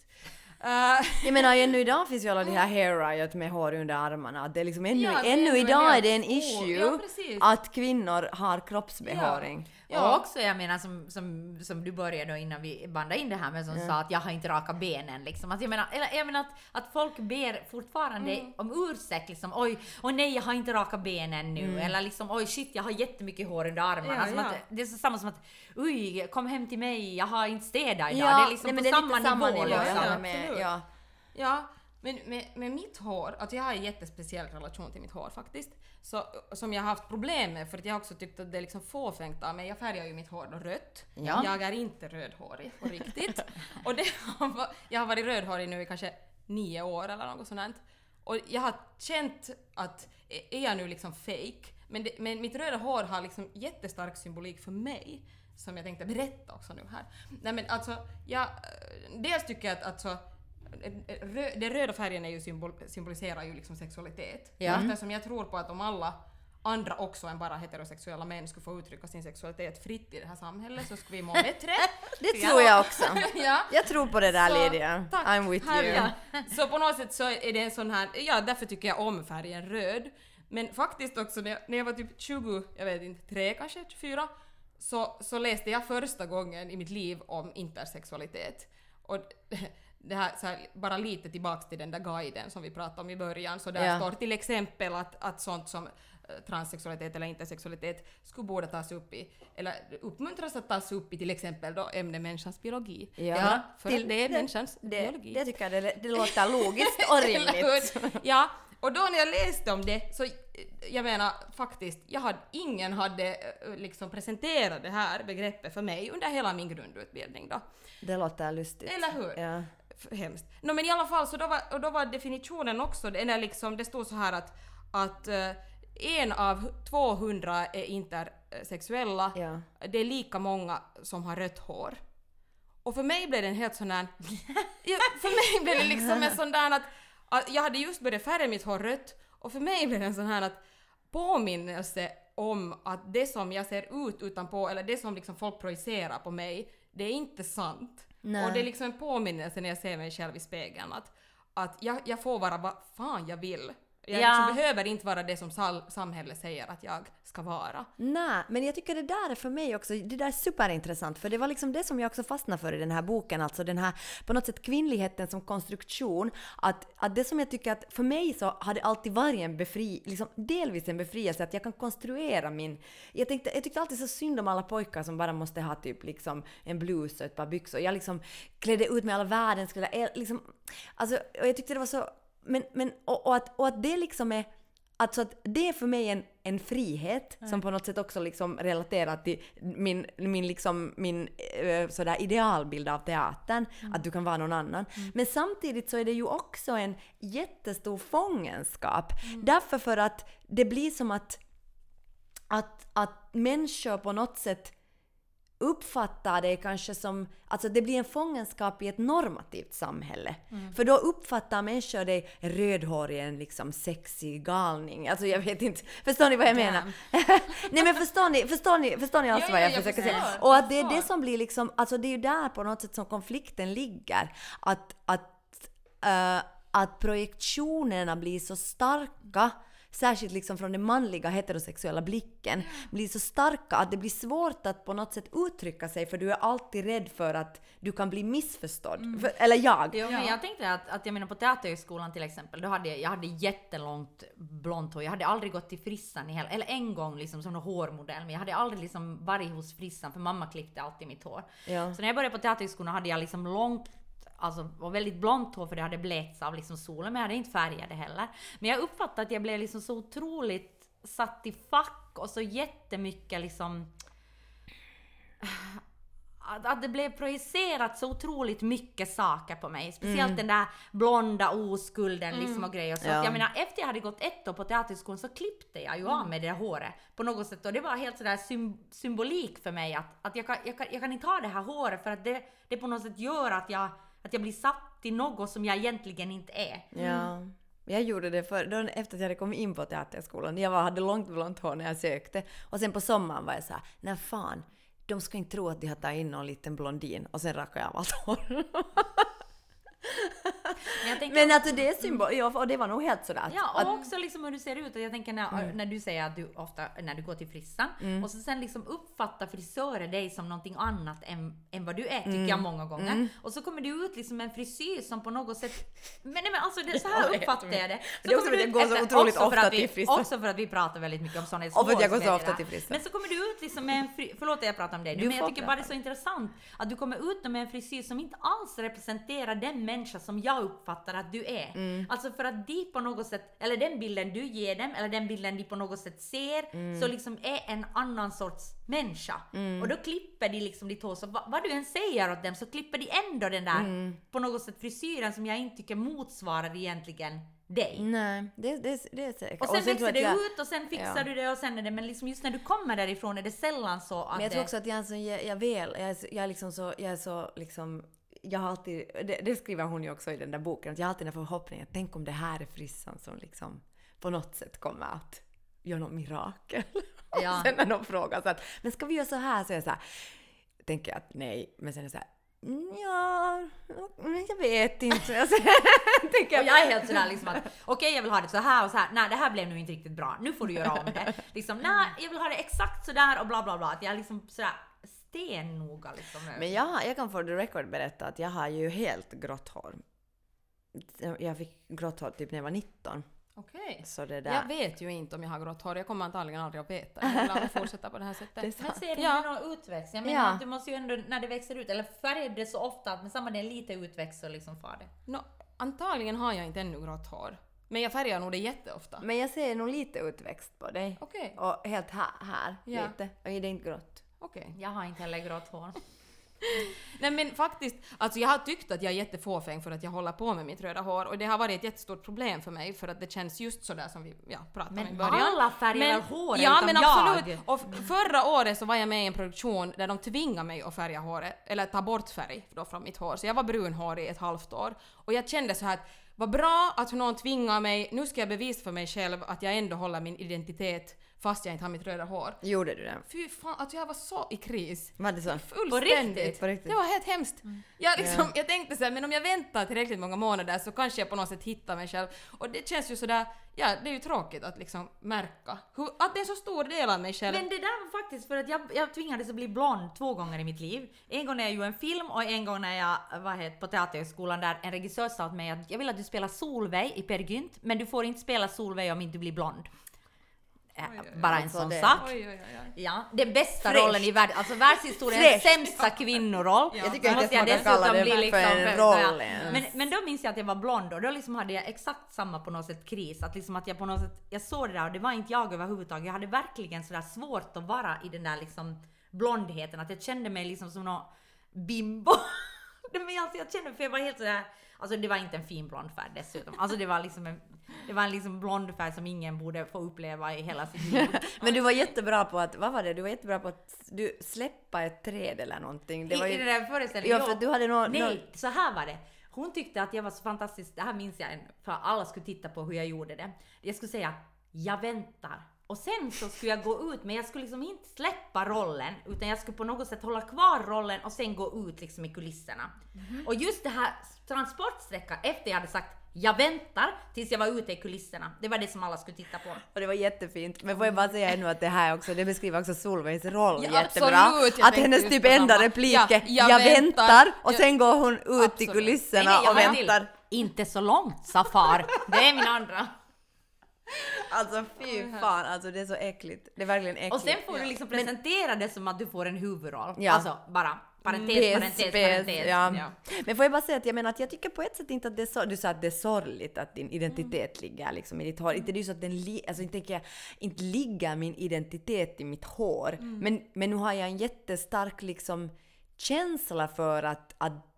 Jag menar, ännu idag finns ju alla de här hair riot med hår under armarna. Det är liksom ännu idag är det en issue att kvinnor har kroppsbehåring. Ja. Och också, jag menar, som du började då innan vi bandade in det här med, som sa att jag har inte raka benen liksom. Att jag menar att folk ber fortfarande om ursäkt liksom, oj nej, jag har inte raka benen nu, eller liksom, oj shit, jag har jättemycket hår under armarna. Att, det är så samma som att, oj, kom hem till mig, jag har inte städat idag. Det är liksom på samma nivå liksom. Ja, men med mitt hår, att jag har en jättespeciell relation till mitt hår faktiskt, så, som jag har haft problem med, för att jag också tyckte att det är liksom fåfängt av mig. Jag färgar ju mitt hår då rött. Ja. Jag är inte rödhårig på riktigt. Och jag har varit rödhårig nu i kanske 9 år eller något sånt. Och jag har känt att är jag nu liksom fake, men mitt röda hår har liksom jättestark symbolik för mig, som jag tänkte berätta också nu här. Nej, men alltså, dels tycker jag att alltså, den röda färgen är ju symboliserar ju liksom sexualitet. Ja. Eftersom jag tror på att om alla andra också än bara heterosexuella män skulle få uttrycka sin sexualitet fritt i det här samhället så skulle vi må bättre. Det tror jag också. Ja. Jag tror på det där, Så, Lydia. tack. I'm with you. Ja. Så på något sätt så är det en sån här, ja därför tycker jag om färgen röd. Men faktiskt också när jag var typ 20, jag vet inte, 3 kanske, 24, så läste jag första gången i mitt liv om intersexualitet. Och det här, så här, bara lite tillbaks till den där guiden som vi pratade om i början, så där står till exempel att sånt som transsexualitet eller intersexualitet skulle borde tas upp i, eller uppmuntras att tas upp i till exempel då ämne människans biologi. Ja. För det är människans biologi. Det tycker jag det låter logiskt och rimligt. Ja, och då när jag läste om det så jag menar faktiskt, ingen hade liksom presenterat det här begreppet för mig under hela min grundutbildning då. Det låter lustigt. Eller hur? Ja. Hemskt. No, men i alla fall så då var definitionen också, det stod så här att 1 av 200 är intersexuella. Ja. Det är lika många som har rött hår. Och för mig blev det en helt sån där... för mig blev det liksom en sån där att jag hade just börjat färga mitt hår rött och för mig blev det en sån här att påminnelse om att det som jag ser ut utanpå eller det som liksom folk projicerar på mig, det är inte sant. Nej. Och det är liksom en påminnelse när jag ser mig själv i spegeln att jag får vara vad fan jag vill. Jag liksom behöver inte vara det som samhället säger att jag ska vara. Nej, men jag tycker det där är för mig också, det där är superintressant, för det var liksom det som jag också fastnade för i den här boken, alltså den här på något sätt kvinnligheten som konstruktion, att det som jag tycker att för mig så har det alltid varit en liksom delvis en befrielse att jag kan konstruera jag tyckte alltid så synd om alla pojkar som bara måste ha typ liksom en blus och ett par byxor. Jag liksom klädde ut med alla världens liksom, alltså, och jag tyckte det var så och att det liksom är alltså att det är för mig en frihet som på något sätt också liksom relaterar till min sådär idealbild av teatern, att du kan vara någon annan. Men samtidigt så är det ju också en jättestor fångenskap. Därför för att det blir som att människor på något sätt uppfattar det kanske som, alltså det blir en fångenskap i ett normativt samhälle. För då uppfattar människor dig rödhårig, en liksom sexig galning. Alltså jag vet inte, förstår ni vad jag menar? Nej men förstår ni alltså vad jag försöker säga? Och att det är det som blir liksom, alltså det är ju där på något sätt som konflikten ligger. Att projektionerna blir så starka, särskilt liksom från den manliga heterosexuella blicken, blir så starka att det blir svårt att på något sätt uttrycka sig, för du är alltid rädd för att du kan bli missförstådd. Eller jag. Jo, men jag tänkte att jag menar på Teaterhögskolan till exempel, jag hade jättelångt blont hår. Jag hade aldrig gått till frissan eller en gång liksom som en hårmodell, men jag hade aldrig liksom varit hos frissan för mamma klippte alltid mitt hår. Ja. Så när jag började på Teaterhögskolan hade jag liksom långt, alltså var väldigt blont hår för det hade blekts av liksom solen, men jag hade inte färgade heller. Men jag uppfattade att jag blev liksom så otroligt satt i fack och så jättemycket liksom att det blev projicerat så otroligt mycket saker på mig. Speciellt den där blonda oskulden liksom och grejer. Så att jag menar, efter jag hade gått 1 år på Teaterskolan så klippte jag ju av med det där håret på något sätt. Och det var helt sådär symbolik för mig att jag kan inte ha det här håret för att det på något sätt gör att jag blir satt i något som jag egentligen inte är. Ja. Jag gjorde det efter att jag hade kommit in på Teaterskolan. Jag hade långt blont hår när jag sökte. Och sen på sommaren var jag så här, nej fan, de ska inte tro att de har tagit in någon liten blondin. Och sen rakade jag av allt hår. Men att det är symbol, och det var nog helt sådär. Ja, och också liksom hur du ser ut. Jag tänker när du säger att du ofta, när du går till frissan, och så sen liksom uppfattar frisörer dig som någonting annat än vad du är, tycker jag många gånger. Och så kommer du ut liksom en frisyr som på något sätt, men så här uppfattar jag det. Så det är också för att jag går så otroligt ofta till frissan. Också för att vi pratar väldigt mycket om sådana. Och för att jag går så ofta till frissan. Men så kommer du ut liksom med en förlåt jag pratar om dig nu, men jag tycker bara det är så intressant att du kommer ut med en frisyr som inte alls representerar den människa som jag uppfattar att du är. Alltså för att de på något sätt, eller den bilden du ger dem, eller den bilden de på något sätt ser, så liksom är en annan sorts människa. Och då klipper de liksom ditt hår, så vad du än säger åt dem så klipper de ändå den där på något sätt frisyren som jag inte tycker motsvarar egentligen dig. Nej, det är säkert. Och sen växer det ut och sen fixar du det och sen är det, men liksom just när du kommer därifrån är det sällan så att men jag tror också att jag är liksom så jag har alltid, det skriver hon ju också i den där boken, att jag har alltid den förhoppningen att tänk om det här är frissan som liksom på något sätt kommer att göra något mirakel. Ja. Och sen när de frågar så att, men ska vi göra så här? Så är jag så här, tänker jag att nej, men sen är det så här, ja, jag vet inte. Och jag är helt sådär liksom att okej, jag vill ha det så här och så här. Nej, det här blev nu inte riktigt bra. Nu får du göra om det. Liksom, nej, jag vill ha det exakt sådär och bla bla bla. Att jag liksom sådär stennoga liksom. Men jag kan för the record berätta att jag har ju helt grått hår. Jag fick grått hår typ när jag var 19. Okej. Så det där. Jag vet ju inte om jag har grått hår. Jag kommer antagligen aldrig att veta. Jag vill aldrig fortsätta på det här sättet. Det är sant. Men ser du Ja. någon utväxt? Jag menar Ja. att du måste ju ändå, när det växer ut, eller färgar det så ofta att med samma det är lite utväxt så liksom far det. Antagligen har jag inte ännu grått hår. Men jag färgar nog det jätteofta. Men jag ser nog lite utväxt på dig. Okej. Och helt här Ja. lite. Och det är inte grått. Okej. Jag har inte heller grått hår. Nej men faktiskt, alltså jag har tyckt att jag är jättefåfäng för att jag håller på med mitt röda hår och det har varit ett jättestort problem för mig för att det känns just sådär som vi pratade om i Men början. alla färgar håret ja, utom men jag. absolut. Och förra året så var jag med i en produktion där de tvingade mig att färga håret, eller ta bort färg då från mitt hår. Så jag var brunhårig i ett halvt år och jag kände så här att vad bra att någon tvingar mig, nu ska jag bevisa för mig själv att jag ändå håller min identitet fast jag inte har mitt röda hår. Gjorde du det? Fy fan, att jag var så i kris. Var det så? Fullständigt. På riktigt? Det var helt hemskt. Jag tänkte så här, men om jag väntar tillräckligt många månader så kanske jag på något sätt hittar mig själv. Och det känns ju sådär, ja det är ju tråkigt att liksom märka att det är så stor del av mig själv. Men det där var faktiskt för att jag tvingades att bli blond 2 gånger i mitt liv. En gång när jag gjorde en film och en gång när jag var på teaterhögskolan där en regissör sa till mig att jag vill att du spelar Solveig i Per Gynt, men du får inte spela Solveig om inte du blir blond. Bara en Alltså sån det- sak. Oj. Ja, den bästa Fräscht. rollen i världen, alltså världshistoriens Fräscht. sämsta kvinnoroll. Jag tycker Så inte måste att man kan kalla det bli för en roll ens. men då minns jag att jag var blond och då liksom hade jag exakt samma på något sätt kris. Att liksom att jag på något sätt, jag såg det där och det var inte jag överhuvudtaget. Jag hade verkligen sådär svårt att vara i den där liksom blondheten. Att jag kände mig liksom som någon bimbo. Men alltså jag kände, för jag var helt sådär, alltså det var inte en fin blond färg dessutom. Alltså det var en liksom blond färg som ingen borde få uppleva i hela sitt liv. Men du var jättebra på att, vad var det? Du var jättebra på att du släppa ett träd eller någonting. Det var I ju, den där föreställningen. ja, för du hade någon... Nej, så här var det. Hon tyckte att jag var så fantastisk. Det här minns jag för alla skulle titta på hur jag gjorde det. Jag skulle säga, jag väntar. Och sen så skulle jag gå ut, men jag skulle liksom inte släppa rollen, utan jag skulle på något sätt hålla kvar rollen och sen gå ut liksom i kulisserna. Och just det här transportsträckan efter jag hade sagt jag väntar tills jag var ute i kulisserna. Det var det som alla skulle titta på. Och det var jättefint. Men får jag bara säga ännu att det här också, det beskriver också Solveigs roll Ja, jättebra. absolut, jag Att tänkte hennes just typ på enda samma. replik Ja, är jag jag väntar. väntar och Ja. sen går hon ut i Absolut. kulisserna jag och har en till. väntar. Inte så långt, sa far. Det är min andra. Alltså fy fan, alltså det är så äckligt. Det är verkligen äckligt. Och sen får du liksom presentera det som att du får en huvudroll. Ja. Alltså bara parentes. Ja. Ja. Men får jag bara säga att jag menar att jag tycker på ett sätt inte att det är så, du sa att det är sorgligt att din identitet ligger liksom i ditt hår. Inte det är så att den alltså inte tänker jag, inte ligger min identitet i mitt hår. Men nu har jag en jättestark liksom känsla för att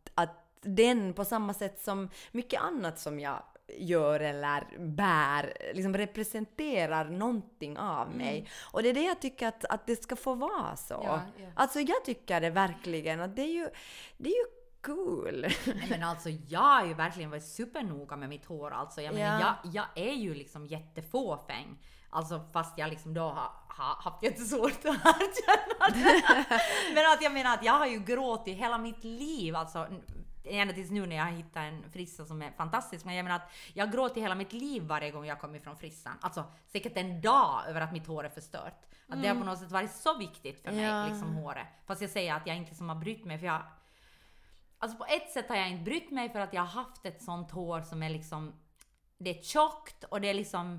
den på samma sätt som mycket annat som jag gör eller bär liksom representerar någonting av mig. Och det är det jag tycker att det ska få vara så. Ja. Alltså jag tycker det verkligen att det är ju cool. Nej, men alltså jag har ju verkligen varit supernoga med mitt hår. Alltså jag menar, jag är ju liksom jättefåfäng. Alltså fast jag liksom då har haft jättesvårt att erkänna det. Men att jag menar att jag har ju gråtit hela mitt liv. Alltså ända tills nu när jag hittar en frissa som är fantastisk. Men jag menar att jag gråter hela mitt liv varje gång jag kommer ifrån frissan. Alltså säkert en dag över att mitt hår är förstört. Att det har på något sätt varit så viktigt för mig, liksom håret. Fast jag säger att jag inte liksom har brytt mig, för jag... Alltså på ett sätt har jag inte brytt mig för att jag har haft ett sånt hår som är liksom... Det är tjockt och det är liksom...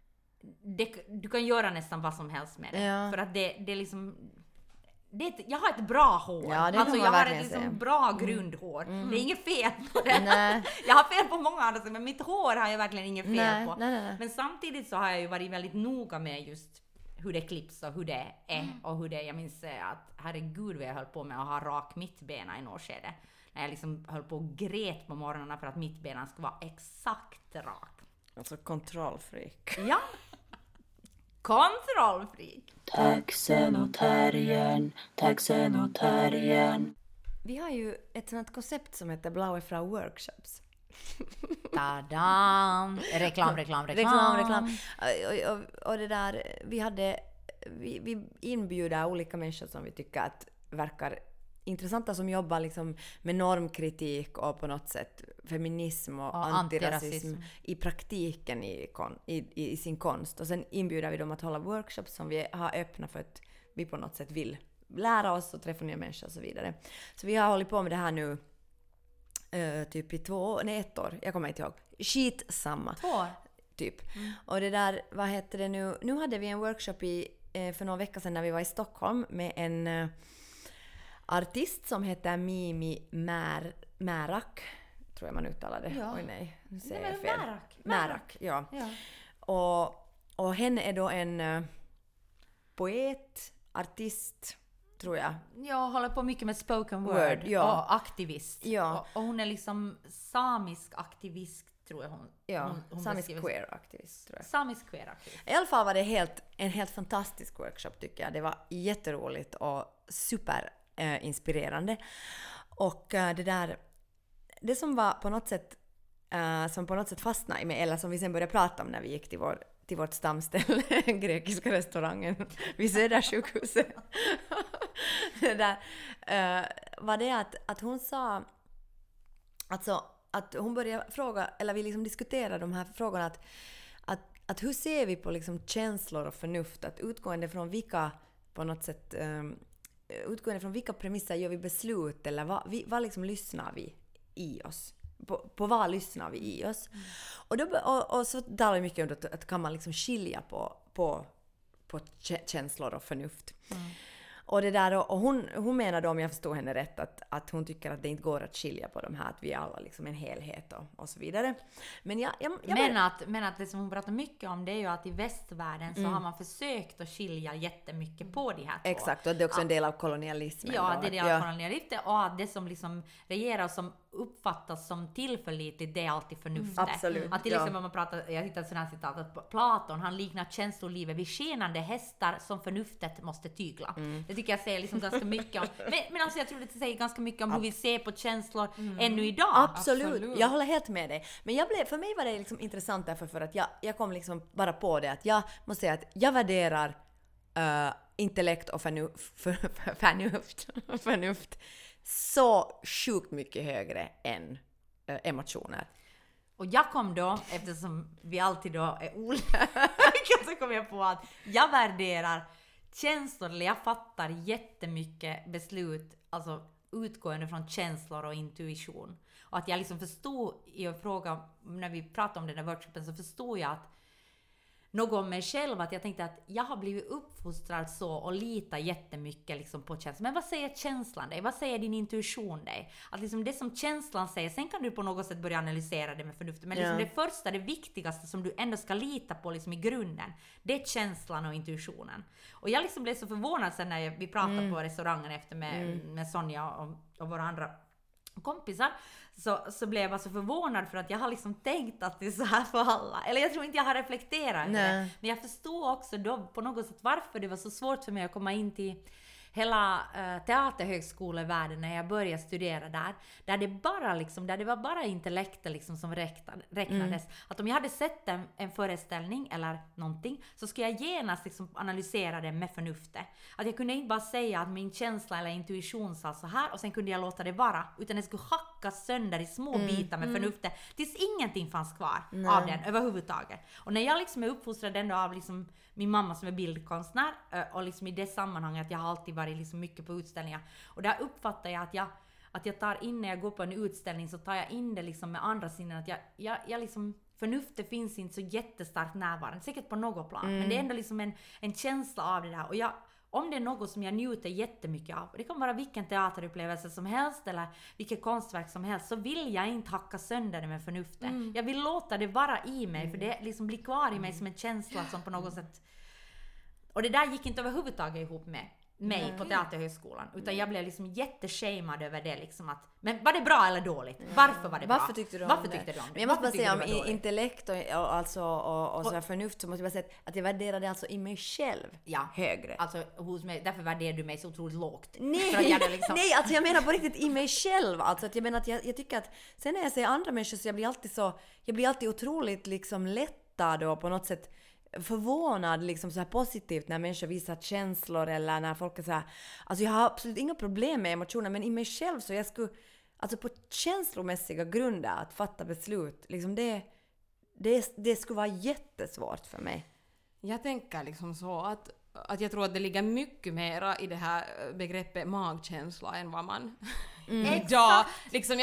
du kan göra nästan vad som helst med det. Ja. För att det är liksom... jag har ett bra hår. Ja, det alltså kan jag man har verkligen ett liksom säga. bra grundhår. Det är inget fel på det. Nej. Jag har fel på många andra saker, men mitt hår har jag verkligen inget fel Nej, på. nej. Men samtidigt så har jag ju varit väldigt noga med just hur det klipps och hur det är. Och hur det, jag minns att herregud vad jag höll på med att ha rak mittbena i något skede. När jag liksom höll på och grät på morgnarna för att mittbenen skulle vara exakt rak. Alltså kontrollfreak. Ja. Kontrollfreak. Taxen och terriern. vi har ju ett sånt koncept som heter Blaue Frau Workshops. Ta-dam! Reklam. Och det där, vi inbjuder olika människor som vi tycker att verkar intressanta, som jobbar liksom med normkritik och på något sätt feminism och antirasism i praktiken i sin konst. Och sen inbjuder vi dem att hålla workshops som vi har öppna för att vi på något sätt vill lära oss och träffa nya människor och så vidare. Så vi har hållit på med det här nu typ i 1 år. Jag kommer inte ihåg. Skitsamma. 2 år. Typ. Och det där, vad heter det nu? Nu hade vi en workshop för några veckor sedan när vi var i Stockholm med en artist som heter Mimi Märak. Tror jag man uttalar det. Ja. Oj nej, nu säger Nej, jag fel. Märak, ja. Och henne är då en poet, artist, tror jag. Jag håller på mycket med spoken word, ja. och aktivist. Ja. Och hon är liksom samisk aktivist, tror jag hon. Ja, hon samisk beskriver- queer-aktivist, tror jag. Samisk queer-aktivist. I alla fall var det en helt fantastisk workshop, tycker jag. Det var jätteroligt och superinspirerande. Och det som var på något sätt som på något sätt fastnade i mig, eller som vi sen började prata om när vi gick till vårt stamställe, grekiska restaurangen vid Södersjukhuset. Det där var det att hon sa, alltså att hon började fråga, eller vi liksom diskuterade de här frågorna, att hur ser vi på liksom känslor och förnuft, att utgående från vilka på något sätt utgående från vilka premisser gör vi beslut, eller vad liksom lyssnar vi i oss, på vad lyssnar vi i oss. Och så talar vi mycket om att kan man liksom skilja på känslor och förnuft. Och det där, och hon menade, om jag förstod henne rätt, att hon tycker att det inte går att skilja på de här, att vi är alla liksom en helhet och så vidare. Men att det som hon pratar mycket om, det är ju att i västvärlden så har man försökt att skilja jättemycket på de här två. Exakt, och det är också en del av kolonialismen. Ja, det är det av kolonialismen, och att det som liksom regerar och som uppfattas som tillförlitligt, det är alltid förnuftet. Absolut. Att till exempel om man pratar, jag hittade ett sådant här citat, att Platon, han liknar känslolivet vid skenande hästar som förnuftet måste tygla. Det tycker jag säger liksom ganska mycket om, men alltså jag tror det säger ganska mycket om hur vi ser på känslor ännu idag. Absolut, jag håller helt med dig. Men för mig var det liksom intressant därför för att jag kom liksom bara på det, att jag måste säga att jag värderar intellekt och förnuft så sjukt mycket högre än emotioner. Och jag kom då, eftersom vi alltid då är olika, så kom jag på att jag värderar känslor, eller jag fattar jättemycket beslut, alltså utgående från känslor och intuition. Och att jag liksom förstod i en fråga, när vi pratade om den där workshopen, så förstod jag att något om mig själv, att jag tänkte att jag har blivit uppfostrad så och litar jättemycket liksom på känslan. Men vad säger känslan dig? Vad säger din intuition dig? Att liksom det som känslan säger, sen kan du på något sätt börja analysera det med förnuftet. Men liksom det första, det viktigaste som du ändå ska lita på liksom i grunden, det är känslan och intuitionen. Och jag liksom blev så förvånad sen när vi pratade på restaurangen efter med Sonja och våra andra kompisar, så blev jag bara så förvånad, för att jag har liksom tänkt att det är så här för alla. Eller jag tror inte jag har reflekterat över det. Men jag förstår också då på något sätt varför det var så svårt för mig att komma in till hela teaterhögskolevärlden när jag började studera där det bara liksom, där det var bara intellektet liksom som räknades. Att om jag hade sett en föreställning eller någonting, så skulle jag genast liksom analysera det med förnuftet. Att jag kunde inte bara säga att min känsla eller intuition sa så här och sen kunde jag låta det vara, utan det skulle hackas sönder i små bitar med förnuftet tills ingenting fanns kvar av den överhuvudtaget. Och när jag liksom är uppfostrad ändå av liksom min mamma som är bildkonstnär, och liksom i det sammanhanget att jag har alltid varit liksom mycket på utställningar, och där uppfattar jag att jag tar in, när jag går på en utställning, så tar jag in det liksom med andra sinnen, att jag liksom, förnuftet finns inte så jättestarkt närvarande, säkert på något plan, men det är ändå liksom en känsla av det där, och om det är något som jag njuter jättemycket av, och det kan vara vilken teaterupplevelse som helst eller vilket konstverk som helst, så vill jag inte hacka sönder det med förnuftet. Jag vill låta det vara i mig, för det liksom blir kvar i mig som en känsla som på något sätt. Och det där gick inte överhuvudtaget ihop med mig på Teaterhögskolan. Utan jag blev liksom jätteshamed över det liksom att, men var det bra eller dåligt? Varför var det bra? Varför tyckte du om Varför det? tyckte du om det? Men jag måste bara Varför säga tyckte om du det var intellekt och så här förnuft, så måste jag bara säga att jag värderade alltså i mig själv högre. Alltså hos mig, därför värderar du mig så otroligt lågt. Nej, För att jag liksom... nej, alltså jag menar på riktigt i mig själv. Alltså att jag menar att jag tycker att sen när jag ser andra människor så jag blir alltid otroligt liksom lättad och på något sätt förvånad liksom så här positivt när människor visar känslor eller när folk är så här, alltså jag har absolut inga problem med emotioner, men i mig själv så jag skulle alltså på känslomässiga grunder att fatta beslut liksom det skulle vara jättesvårt för mig. Jag tänker liksom så att jag tror att det ligger mycket mera i det här begreppet magkänsla än vad man idag liksom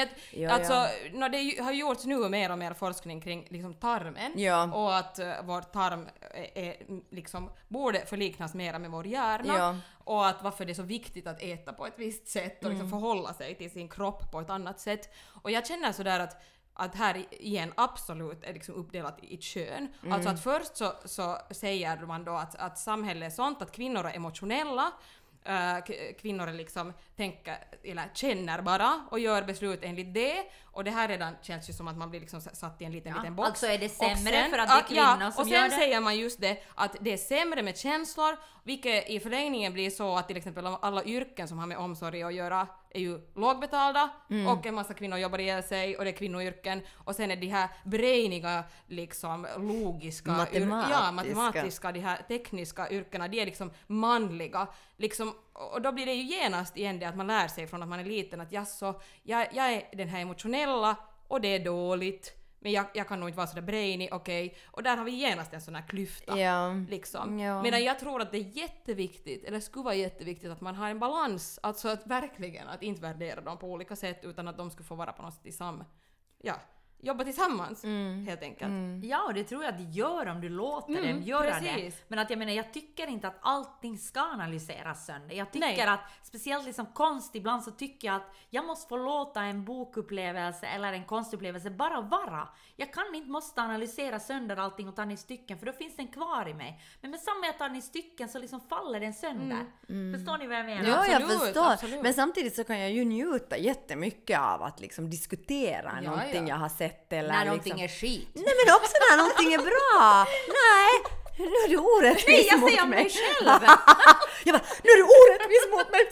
det har gjorts nu mer och mer forskning kring liksom tarmen och att vår tarm är liksom borde förliknas mera med vår hjärna och att varför det är så viktigt att äta på ett visst sätt och liksom förhålla sig till sin kropp på ett annat sätt. Och jag känner sådär att här igen absolut är liksom uppdelat i ett kön. Alltså att först så säger man då att samhället är sånt att kvinnor är emotionella, kvinnor är liksom tänker eller känner bara och gör beslut enligt det, och det här redan känns ju som att man blir liksom satt i en liten box. Alltså är det sämre för att det är kvinnor som och gör sen det? säger man just det att det är sämre med känslor, vilket i förlängningen blir så att till exempel alla yrken som har med omsorg att göra är ju lågbetalda och en massa kvinnor jobbar ihjäl sig och det är kvinnoyrken, och sen är de här brainiga liksom logiska matematiska de här tekniska yrkena, de är liksom manliga liksom, och då blir det ju genast igen det att man lär sig från att man är liten att jag är den här emotionella och det är dåligt, men jag kan nog inte vara så där brainy, okej. Och där har vi genast en sån här klyfta. Liksom. Medan jag tror att det är jätteviktigt, eller skulle vara jätteviktigt att man har en balans. Alltså att verkligen att inte värdera dem på olika sätt utan att de skulle få vara på något sätt jobba tillsammans helt enkelt. Ja, och det tror jag att de gör om du låter dem göra det. Men att jag menar, jag tycker inte att allting ska analyseras sönder. Jag tycker att, speciellt liksom konst, ibland så tycker jag att jag måste få låta en bokupplevelse eller en konstupplevelse bara vara. Jag kan inte måste analysera sönder allting och ta den i stycken, för då finns den kvar i mig. Men med samma jag tar den i stycken så liksom faller den sönder. Förstår ni vad jag menar? Ja, absolut, jag förstår. Absolut. Men samtidigt så kan jag ju njuta jättemycket av att liksom diskutera någonting jag har sett. Eller när liksom någonting är skit. Nej, men också när någonting är bra. Nej, nu är du orättvis mot mig. Nej, jag säger mig själv. Jag bara, nu är du orättvis mot mig.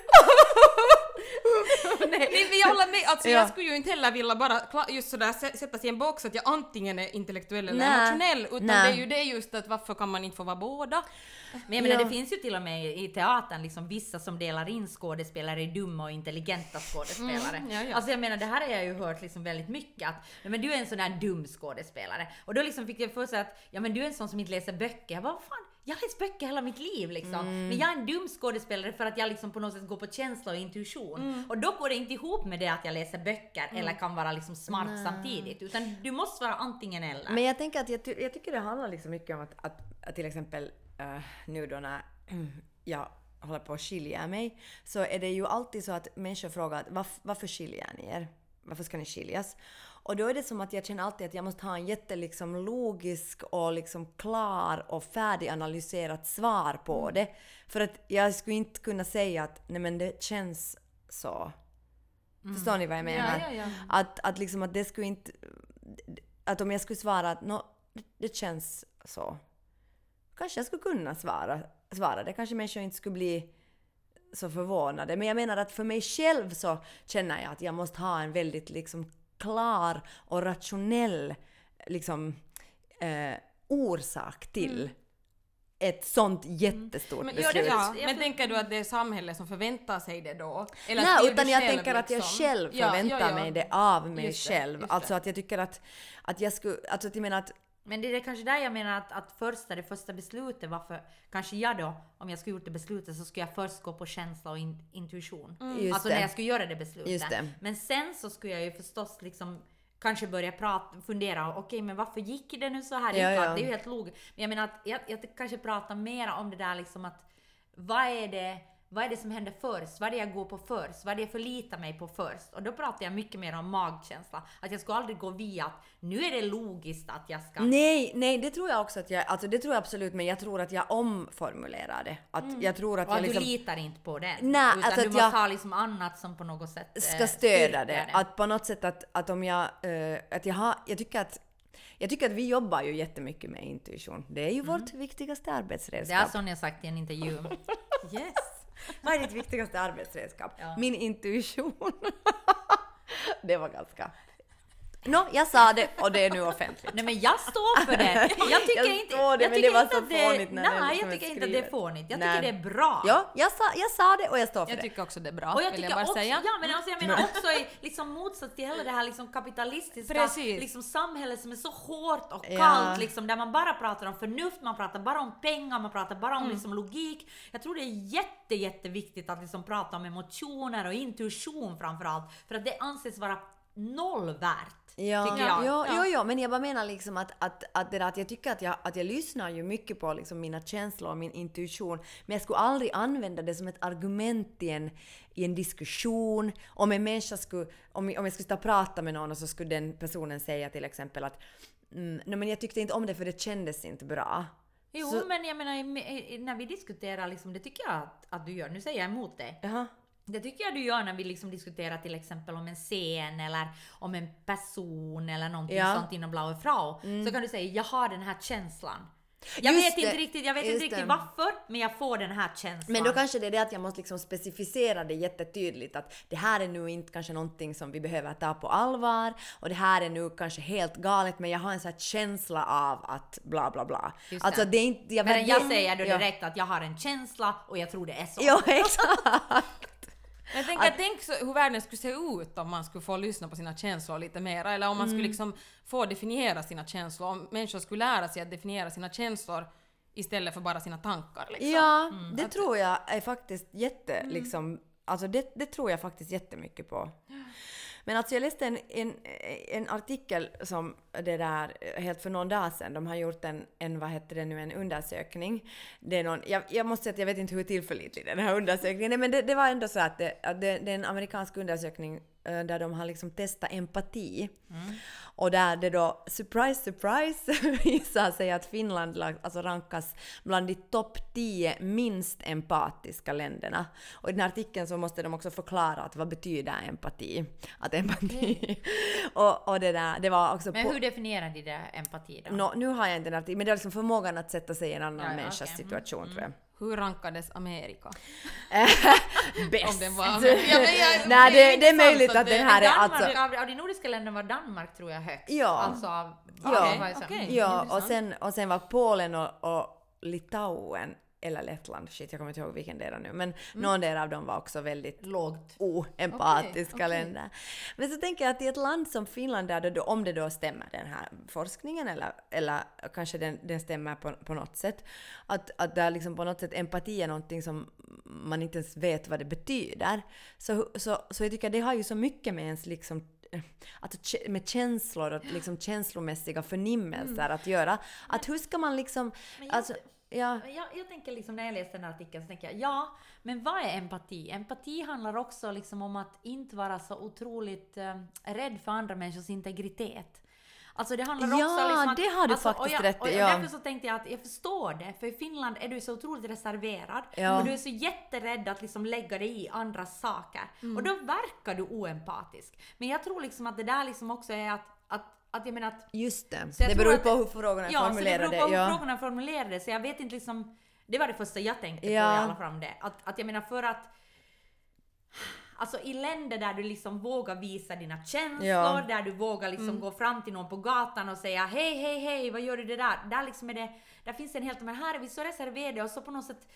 Nej, men jag håller med. Alltså, jag skulle ju inte heller vilja bara just sådär sätta sig i en box att jag antingen är intellektuell eller emotionell, utan det är ju det just att varför kan man inte få vara båda? Men jag menar, det finns ju till och med i teatern liksom vissa som delar in skådespelare i dumma och intelligenta skådespelare. Alltså jag menar, det här har jag ju hört liksom väldigt mycket att men du är en sån där dum skådespelare. Och då liksom fick jag för sig att men du är en sån som inte läser böcker. Jag bara, vad fan? Jag har läst böcker hela mitt liv liksom. Men jag är en dum skådespelare för att jag liksom på något sätt går på känsla och intuition. Och då går det inte ihop med det att jag läser böcker eller kan vara liksom smart samtidigt. Utan du måste vara antingen eller. Men jag tänker att jag tycker det handlar liksom mycket om att till exempel nu då när jag håller på att skilja mig, så är det ju alltid så att människor frågar varför skiljer ni er? Varför ska ni skiljas? Och då är det som att jag känner alltid att jag måste ha en liksom logisk och liksom klar och färdiganalyserat svar på det. För att jag skulle inte kunna säga att nej men det känns så. Förstår ni vad jag menar? Ja. Att liksom att det skulle inte, att om jag skulle svara att det känns så. Kanske jag skulle kunna svara det. Kanske människor inte skulle bli så förvånade. Men jag menar att för mig själv så känner jag att jag måste ha en väldigt liksom klar och rationell liksom, orsak till ett sånt jättestort beslut. Men tänker du att det är samhället som förväntar sig det då? Eller Nej, utan jag själv, tänker att jag själv förväntar mig det av mig själv. Alltså att jag tycker att jag skulle... Alltså att jag menar att... Men det är kanske där jag menar att det första beslutet var för... Kanske jag då, om jag skulle gjort det beslutet så skulle jag först gå på känsla och intuition. Alltså när jag skulle göra det beslutet. Just det. Men sen så skulle jag ju förstås liksom... Kanske börja fundera, okej, men varför gick det nu så här? Det är ju helt logiskt. Men jag menar att jag kanske pratar mer om det där liksom att vad är det vad är det som händer först? Vad är det jag går på först? Vad är det jag förlitar mig på först? Och då pratar jag mycket mer om magkänsla. Att jag ska aldrig gå via att nu är det logiskt att jag ska... Nej, det tror jag också att jag... Alltså det tror jag absolut, men jag tror att jag omformulerar det. Att jag tror att och jag att liksom... du litar inte på den. Nej, utan alltså du att måste jag ha liksom annat som på något sätt ska stödja det. Att på något sätt att om jag... Att jag har... Jag tycker att vi jobbar ju jättemycket med intuition. Det är ju vårt viktigaste arbetsredskap. Det har Sonja sagt i en intervju. Yes! Vad är ditt viktigaste arbetsredskap? Ja. Min intuition. Det var ganska... jag sa det och det är nu offentligt. Nej men jag står för det. Jag tycker inte står det, jag men tycker det var inte så att det fånigt när det nej, liksom jag tycker är inte att det är skrivet. fånigt. Jag Nej. tycker det är bra. Ja, jag sa det och jag står för Jag det. tycker också det är bra, Och jag vill tycker jag bara också, säga. ja men alltså jag menar också i liksom motsats till hela det här liksom kapitalistiska Precis. liksom samhället som är så hårt och Ja. kallt liksom, där man bara pratar om förnuft, man pratar bara om pengar, man pratar bara om liksom logik. Jag tror det är jätteviktigt att liksom prata om emotioner och intuition framförallt, för att det anses vara noll värt. Tycker jag. Ja, men jag bara menar liksom att det där, att jag tycker att jag lyssnar ju mycket på liksom mina känslor och min intuition, men jag skulle aldrig använda det som ett argument i en diskussion. Om en människa skulle, om jag skulle stå och prata med någon och så skulle den personen säga till exempel att nej, men jag tyckte inte om det för det kändes inte bra. Jo, Så- men jag menar när vi diskuterar liksom, det tycker jag att du gör. Nu säger jag emot dig. Jaha. Det tycker jag du gör när vi liksom diskuterar till exempel om en scen eller om en person eller någonting sånt inom Blaue Frau. Så kan du säga, jag har den här känslan. Jag vet inte riktigt varför, men jag får den här känslan. Men då kanske det är det att jag måste liksom specificera det jättetydligt, att det här är nu inte kanske någonting som vi behöver ta på allvar och det här är nu kanske helt galet, men jag har en sån här känsla av att bla bla bla. Just Alltså det. det är inte... jag säger då direkt att jag har en känsla och jag tror det är så. Ja, exakt. Jag tänker, tänk så, hur världen skulle se ut om man skulle få lyssna på sina känslor lite mer, eller om man skulle liksom få definiera sina känslor, om människor skulle lära sig att definiera sina känslor istället för bara sina tankar. Liksom. Ja, det tror jag är faktiskt liksom, alltså det tror jag faktiskt jättemycket på. Men alltså jag läste en artikel som det där helt för någon dag sedan. De har gjort en undersökning. Det är någon, jag måste säga att jag vet inte hur tillförlitlig den här undersökningen är, men det var ändå så att det är en amerikansk undersökning där de har liksom testat empati. Och där det då, surprise, visar sig att Finland alltså rankas bland de topp 10 minst empatiska länderna. Och i den här artikeln så måste de också förklara att vad betyder empati. Att empati... och det var också... Men hur definierar de det empati då? Nu har jag inte den artikeln, men det är liksom förmågan att sätta sig i en annan människas okej. situation, tror jag. Hur rankades Amerika? Bäst! Om det var... Nej, det är möjligt att den här är Danmark, alltså... av de nordiska länderna var Danmark tror jag högst. Ja. Alltså av... okej. Ja, och sen var Polen och Litauen eller Lettland, jag kommer inte ihåg vilken del nu, men någon del av dem var också väldigt lågt. oempatiska Okej. länder. Men så tänker jag att i ett land som Finland, där då, om det då stämmer den här forskningen eller kanske den stämmer på något sätt, att där liksom på något sätt empati är någonting som man inte ens vet vad det betyder, så jag tycker att det har ju så mycket med ens liksom alltså med känslor och liksom känslomässiga förnimmelser att göra. Att hur ska man liksom... Ja. Jag tänker liksom när jag läste den här artikeln så tänker jag, men vad är empati? Empati handlar också liksom om att inte vara så otroligt rädd för andra människors integritet. Alltså det handlar också liksom att, det har du faktiskt rätt i. Och därför så tänkte jag att jag förstår det, för i Finland är du så otroligt reserverad och du är så jätterädd att liksom lägga dig i andras saker. Och då verkar du oempatisk. Men jag tror liksom att det där liksom också är att jag menar att... Just det. Så jag Det tror beror att- på hur frågorna är formulerade. Ja, så det beror på hur frågorna är formulerade. Så jag vet inte liksom... Det var det första jag tänkte på i alla fall det. Att jag menar för att... Alltså i länder där du liksom vågar visa dina känslor, där du vågar liksom gå fram till någon på gatan och säga hej, vad gör du det där? Där liksom är det... Där finns en helt... Men här är vi så reserverade och så på något sätt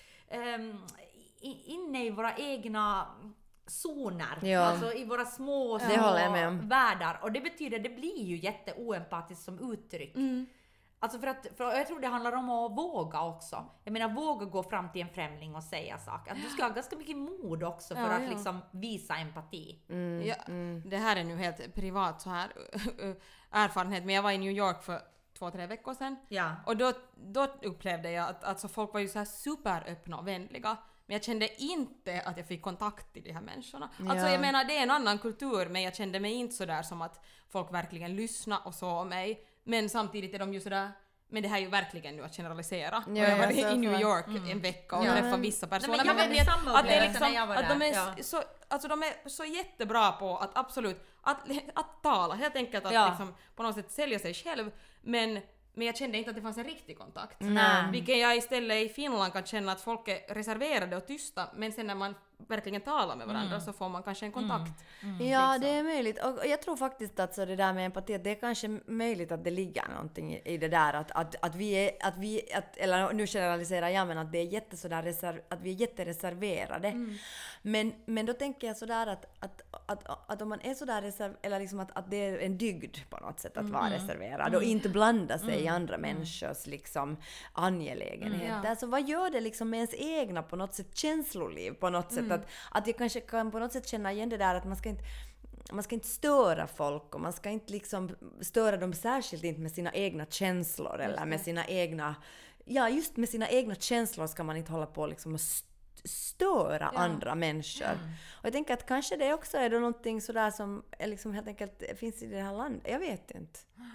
inne i våra egna... zoner, alltså i våra små världar, och det betyder det blir ju jätteoempatiskt som uttryck. Alltså för jag tror det handlar om att våga också. Jag menar våga gå fram till en främling och säga saker. Att du ska ha ganska mycket mod också för att liksom visa empati. Det här är nu helt privat så här erfarenhet, men jag var i New York för 2-3 veckor sedan. Ja. Och då upplevde jag att alltså folk var ju så här superöppna och vänliga. men jag kände inte att jag fick kontakt till de här människorna. Alltså jag menar, det är en annan kultur, men jag kände mig inte så där som att folk verkligen lyssnade och såg mig. Men samtidigt är de ju sådär, men det här är ju verkligen nu att generalisera. Ja, jag var så i New York en vecka och träffade vissa personer. Nej, men jag vet samma att det är liksom, när jag var att de där. är så, alltså de är så jättebra på att absolut, att tala, helt enkelt att liksom på något sätt sälja sig själv, men jag kände inte att det fanns en riktig kontakt. Vilket jag istället i Finland kan känna att folk är reserverade och tysta, men sen när man verkligen talar med varandra så får man kanske en kontakt. Ja, det är möjligt. Och jag tror faktiskt att så det där med empati, det är kanske möjligt att det ligger någonting i det där att vi eller nu generaliserar jag, men att det är att vi är jättereserverade. Men då tänker jag sådär att om man är sådär eller liksom att det är en dygd på något sätt att vara reserverad och inte blanda sig i andra människors liksom angelägenheter. Så vad gör det liksom med ens egna på något sätt känsloliv på något sätt att jag kanske kan på något sätt känna igen det där att man ska inte störa folk och man ska inte liksom störa dem, särskilt inte med sina egna känslor eller med sina egna, just med sina egna känslor ska man inte hålla på liksom och störa andra människor. Och jag tänker att kanske det också är då någonting sådär som är liksom helt enkelt finns i det här landet. Jag vet inte.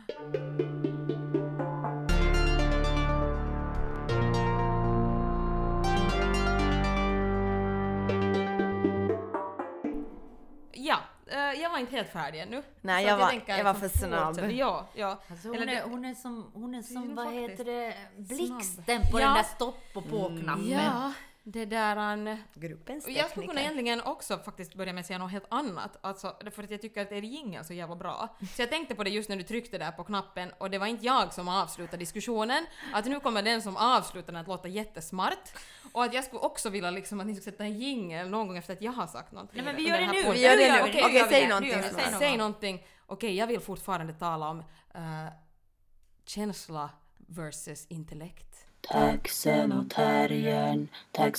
Jag var inte helt färdig ännu. Nej, så jag var för snabb. Ja. Alltså hon är som vad faktiskt heter det, blixten på den där stopp och på-knappen. Ja, det där... Gruppens tekniker. Jag skulle kunna egentligen också faktiskt börja med att säga något helt annat. Alltså, för att jag tycker att det är ingen så jävla bra. Så jag tänkte på det just när du tryckte där på knappen och det var inte jag som avslutade diskussionen. Att nu kommer den som avslutar den att låta jättesmart. Och att jag skulle också vilja liksom att ni skulle sätta en jingle någon gång efter att jag har sagt någonting. Nej, men vi gör det nu. Vi gör det nu. Okej, Okej, säg någonting. Säg någonting. Okej, jag vill fortfarande tala om känsla versus intellekt. Taxen och terriern.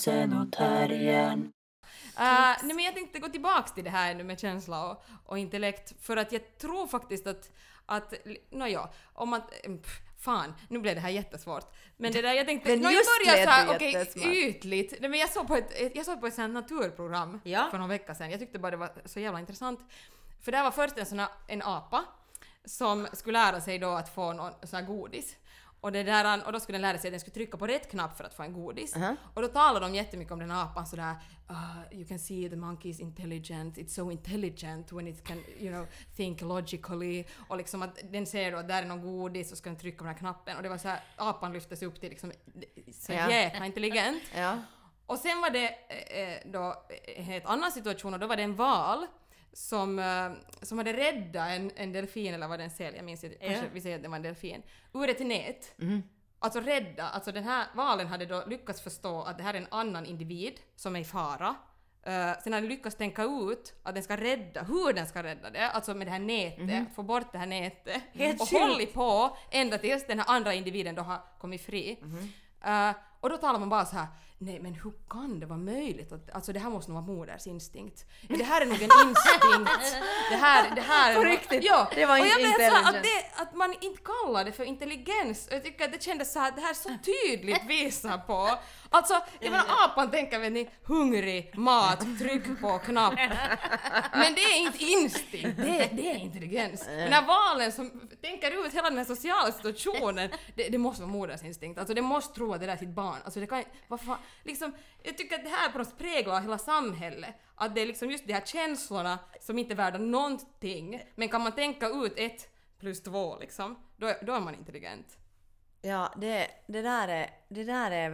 Nej, men jag tänkte gå tillbaks till det här nu med känsla och intellekt för att jag tror faktiskt att om man fan, nu blev det här jättesvårt. Men det där jag tänkte jag börjar så här ytligt. Nej, men jag såg på ett sånt naturprogram för någon vecka sedan. Jag tyckte bara det var så jävla intressant. För det var först en apa som skulle lära sig då att få någon sån här godis. Och då skulle den lära sig att den skulle trycka på rätt knapp för att få en godis. Och då talar de jättemycket om den här apan sådär you can see the monkey is intelligent, it's so intelligent when it can, think logically. Och liksom att den ser då att där är någon godis och ska den trycka på den här knappen. Och det var så här, apan lyftes upp till liksom så jäkla intelligent. Och sen var det då en helt annan situation och då var det en val som hade räddat en delfin, eller var det en säl, jag minns inte, kanske vi säger att det var en delfin, ur ett nät. Alltså den här valen hade då lyckats förstå att det här är en annan individ som är i fara. Sen hade den lyckats tänka ut att den ska hur den ska rädda det, alltså med det här nätet, få bort det här nätet. Och hållit på ända tills den här andra individen då har kommit fri. Och då talar man bara så här: nej, men hur kan det vara möjligt? Alltså det här måste nog vara moders instinkt. Det här är nog en instinkt. Det här på riktigt? Ja. Det var och jag inte vet så att man inte kallar det för intelligens. Jag tycker att det kändes så här, det här så tydligt visar på. Alltså, jag menar, apan tänker väl ni hungrig, mat, tryck på knapp. Men det är inte instinkt, det är intelligens. Den här valen som tänker ut hela den här sociala situationen, det måste vara moders instinkt. Alltså det måste tro att det där är sitt barn. Alltså det kan liksom, jag tycker att det här på något präglar hela samhället. Att det är liksom just de här känslorna som inte är värda någonting. Men kan man tänka ut 1 + 2 liksom, då är man intelligent. Ja, det där är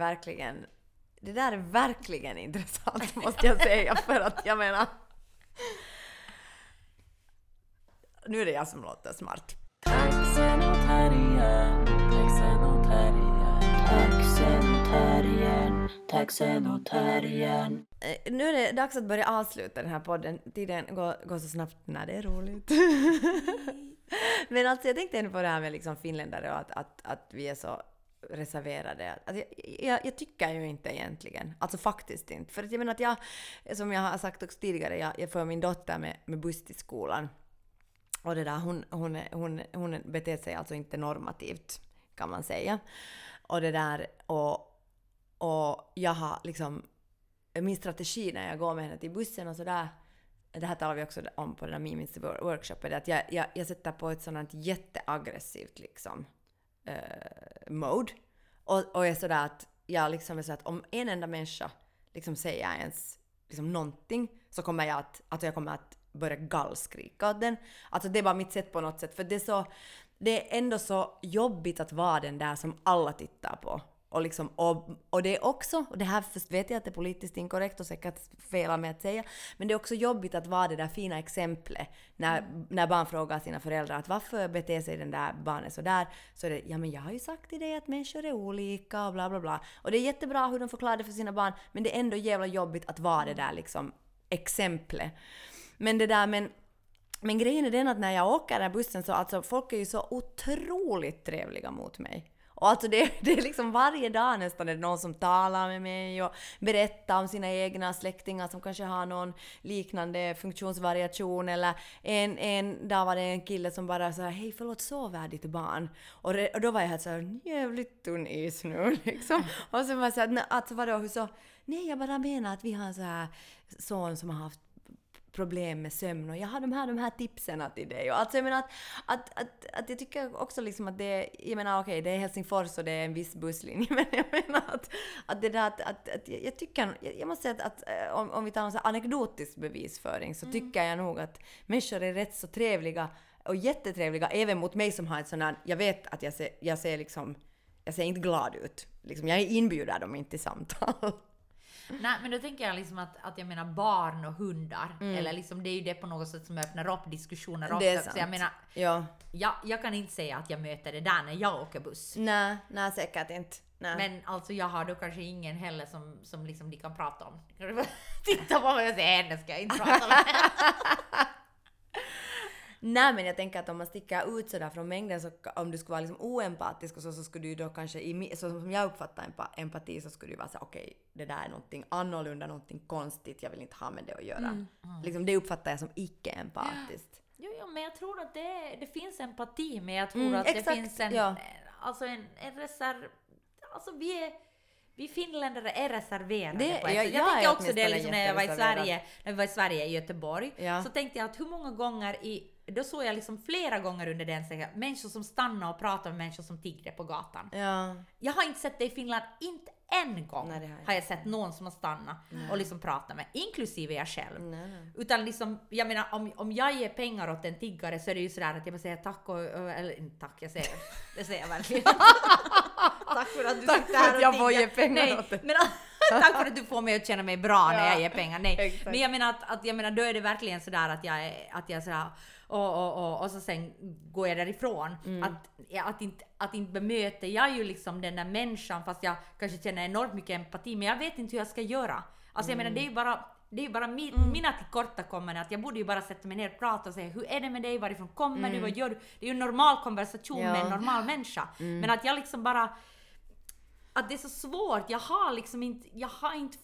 verkligen intressant måste jag säga, för att jag menar nu är det jag som låter smart. Taxen och terriern. Nu är det dags att börja avsluta den här podden. Tiden går så snabbt när det är roligt. Men alltså jag tänkte ändå på det här med liksom finländare och att vi är så reserverade. Alltså jag tycker ju inte egentligen. Alltså faktiskt inte. För att jag menar att jag, som jag har sagt också tidigare, jag får min dotter med buss till skolan. Och det där, hon beter sig alltså inte normativt, kan man säga. Och det där, och jag har liksom min strategi när jag går med henne till bussen och sådär, det här talar vi också om på den här Mimis workshopet, att jag sätter på ett sådant jätteaggressivt liksom mode och är sådär att jag liksom är så att om en enda människa liksom säger ens liksom någonting, så kommer jag jag kommer att börja gallskrika åt den. Alltså det är bara mitt sätt på något sätt, för det är ändå så jobbigt att vara den där som alla tittar på. Och, liksom, och det är också, och det här vet jag att det är politiskt inkorrekt och säkert fel med att säga, men det är också jobbigt att vara det där fina exemplet när barn frågar sina föräldrar att varför beter sig den där barnen så där, så är det, ja men jag har ju sagt till dig att människor är olika och bla bla bla. Och det är jättebra hur de förklarar det för sina barn, men det är ändå jävla jobbigt att vara det där liksom exemplet. Men det där, men grejen är den att när jag åker den bussen så alltså folk är ju så otroligt trevliga mot mig. Och alltså det är liksom varje dag nästan är det någon som talar med mig och berättar om sina egna släktingar som kanske har någon liknande funktionsvariation, eller en dag var det en kille som bara sa hej förlåt, sover här ditt barn? Och då var jag helt så här jävligt tunn is nu liksom. Och så var jag så här, alltså vadå, hur så? Nej, jag bara menar att vi har en så här son som har haft problem med sömn och jag har de här tipsen till dig. Och alltså jag menar att jag tycker också liksom att det, jag menar okej, det är Helsingfors och det är en viss busslinje, men jag menar att det där att jag tycker, jag måste säga att om vi tar en så anekdotisk bevisföring, så tycker jag nog att människor är rätt så trevliga och jättetrevliga även mot mig som har ett sån här, jag vet att jag ser liksom, jag ser inte glad ut. Liksom, jag inbjuder dem inte till samtal. Nej, men då tänker jag liksom att jag menar barn och hundar, eller liksom det är ju det på något sätt som öppnar upp diskussioner också. Det är sant. Så jag menar, ja. Jag kan inte säga att jag möter det där när jag åker buss. Nej, säkert inte. Nej. Men alltså jag har då kanske ingen heller som liksom de kan prata om. Titta på mig och säga, henne ska jag inte prata med. Nej, men jag tänker att om man sticker ut sådär från mängden, så om du skulle vara liksom oempatisk och så skulle du då kanske, så som jag uppfattar empati, så skulle du vara så okej, det där är någonting annorlunda, någonting konstigt, jag vill inte ha med det att göra. Liksom, det uppfattar jag som icke-empatiskt. Jo, men jag tror att det finns empati, men jag tror att exakt, det finns en reserv... Alltså vi finländare är reserverade på ett sätt. Jag tänker också det liksom när vi var i Sverige i Göteborg, så tänkte jag att hur många gånger då såg jag liksom flera gånger under den säsongen människor som stannar och pratar med människor som tiggde på gatan. Ja. Jag har inte sett det i Finland, inte en gång har jag sett någon som har stannat och liksom pratat med, inklusive jag själv. Nej. Utan liksom, jag menar, om jag ger pengar åt en tiggare så är det ju sådär att jag bara säger tack eller tack, det säger jag verkligen. Tack för att du sitter här och jag får ge pengar åt det. Men tack för att du får mig att känna mig bra när jag ger pengar. Nej. Men jag menar att jag menar, då är det verkligen sådär att jag sådär och så sen går jag därifrån. Att inte bemöter jag ju liksom den där människan, fast jag kanske känner enormt mycket empati, men jag vet inte hur jag ska göra. Alltså jag menar, det är ju bara mina tillkortakommanden, att jag borde ju bara sätta mig ner och prata och säga, hur är det med dig, varifrån kommer du, vad gör du? Det är ju en normal konversation med en normal människa. Men att jag liksom bara, att det är så svårt, jag har inte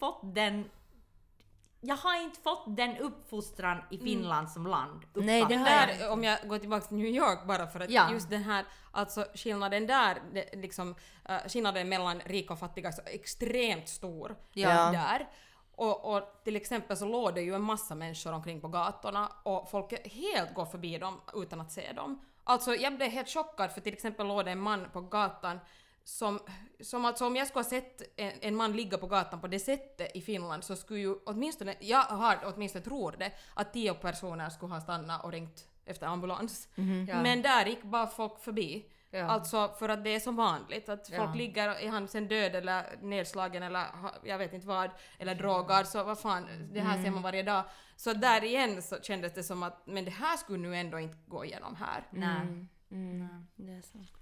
fått den uppfostran i Finland som land. Nej, det där, om jag går tillbaka till New York bara för att just den här, alltså skillnaden där, liksom, skillnaden mellan rika och fattiga är så extremt stor där. Och till exempel så låg det ju en massa människor omkring på gatorna och folk helt går förbi dem utan att se dem. Alltså jag blev helt chockad, för till exempel låg det en man på gatan som alltså om jag skulle ha sett en man ligga på gatan på det sättet i Finland, så skulle ju åtminstone tror det att 10 personer skulle ha stannat och ringt efter ambulans. Men där gick bara folk förbi. Alltså för att det är så vanligt att folk ligger, är han sen död eller nedslagen eller jag vet inte vad, eller drogad, så vad fan, det här ser man varje dag. Så där igen så kändes det som att men det här skulle nu ändå inte gå igenom här. Nej. Det är sant.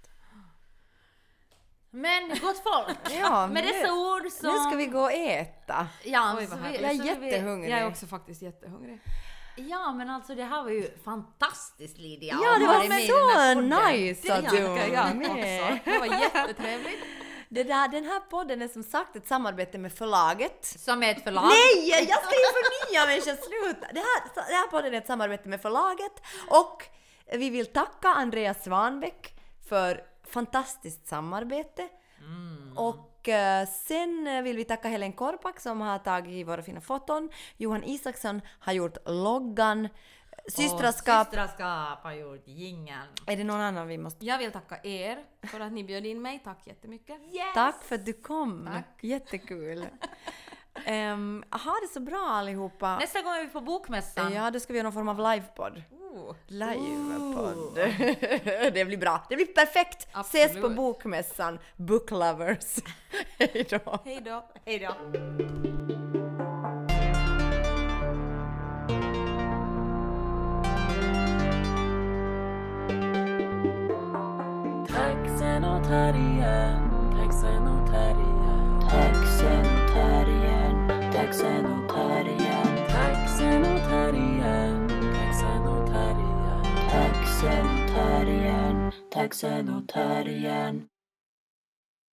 Men gott folk, med dessa ord så... Nu ska vi gå och äta. Ja, oj, vad jag är jättehungrig. Jag är också faktiskt jättehungrig. Ja, men alltså det här var ju fantastiskt, Lydia. Ja, det var så nice att du var med. Det var jättetrevligt. Den här podden är som sagt ett samarbete med förlaget. Som är ett förlag? Nej, jag ska ju förnya människor, sluta. Det här podden är ett samarbete med förlaget. Och vi vill tacka Andreas Svanbäck för fantastiskt samarbete. Och Och sen vill vi tacka Helen Korpak som har tagit våra fina foton. Johan Isaksson har gjort loggan. Systraskap har gjort jingeln. Är det någon annan vi måste... Jag vill tacka er för att ni bjöd in mig. Tack jättemycket. Yes. Tack för att du kom. Tack. Jättekul. Ha det så bra allihopa. Nästa gång är vi på bokmässan. Ja, då ska vi göra någon form av livepodd. Livepodd. Det blir bra. Det blir perfekt. Absolut. Ses på bokmässan. Book lovers. Hej då. Hej då. Hej då. Taxenotarien, taxenotarien, taxenotarien, taxenotarien, taxenotarien, taxenotarien, taxenotarien, taxenotarien.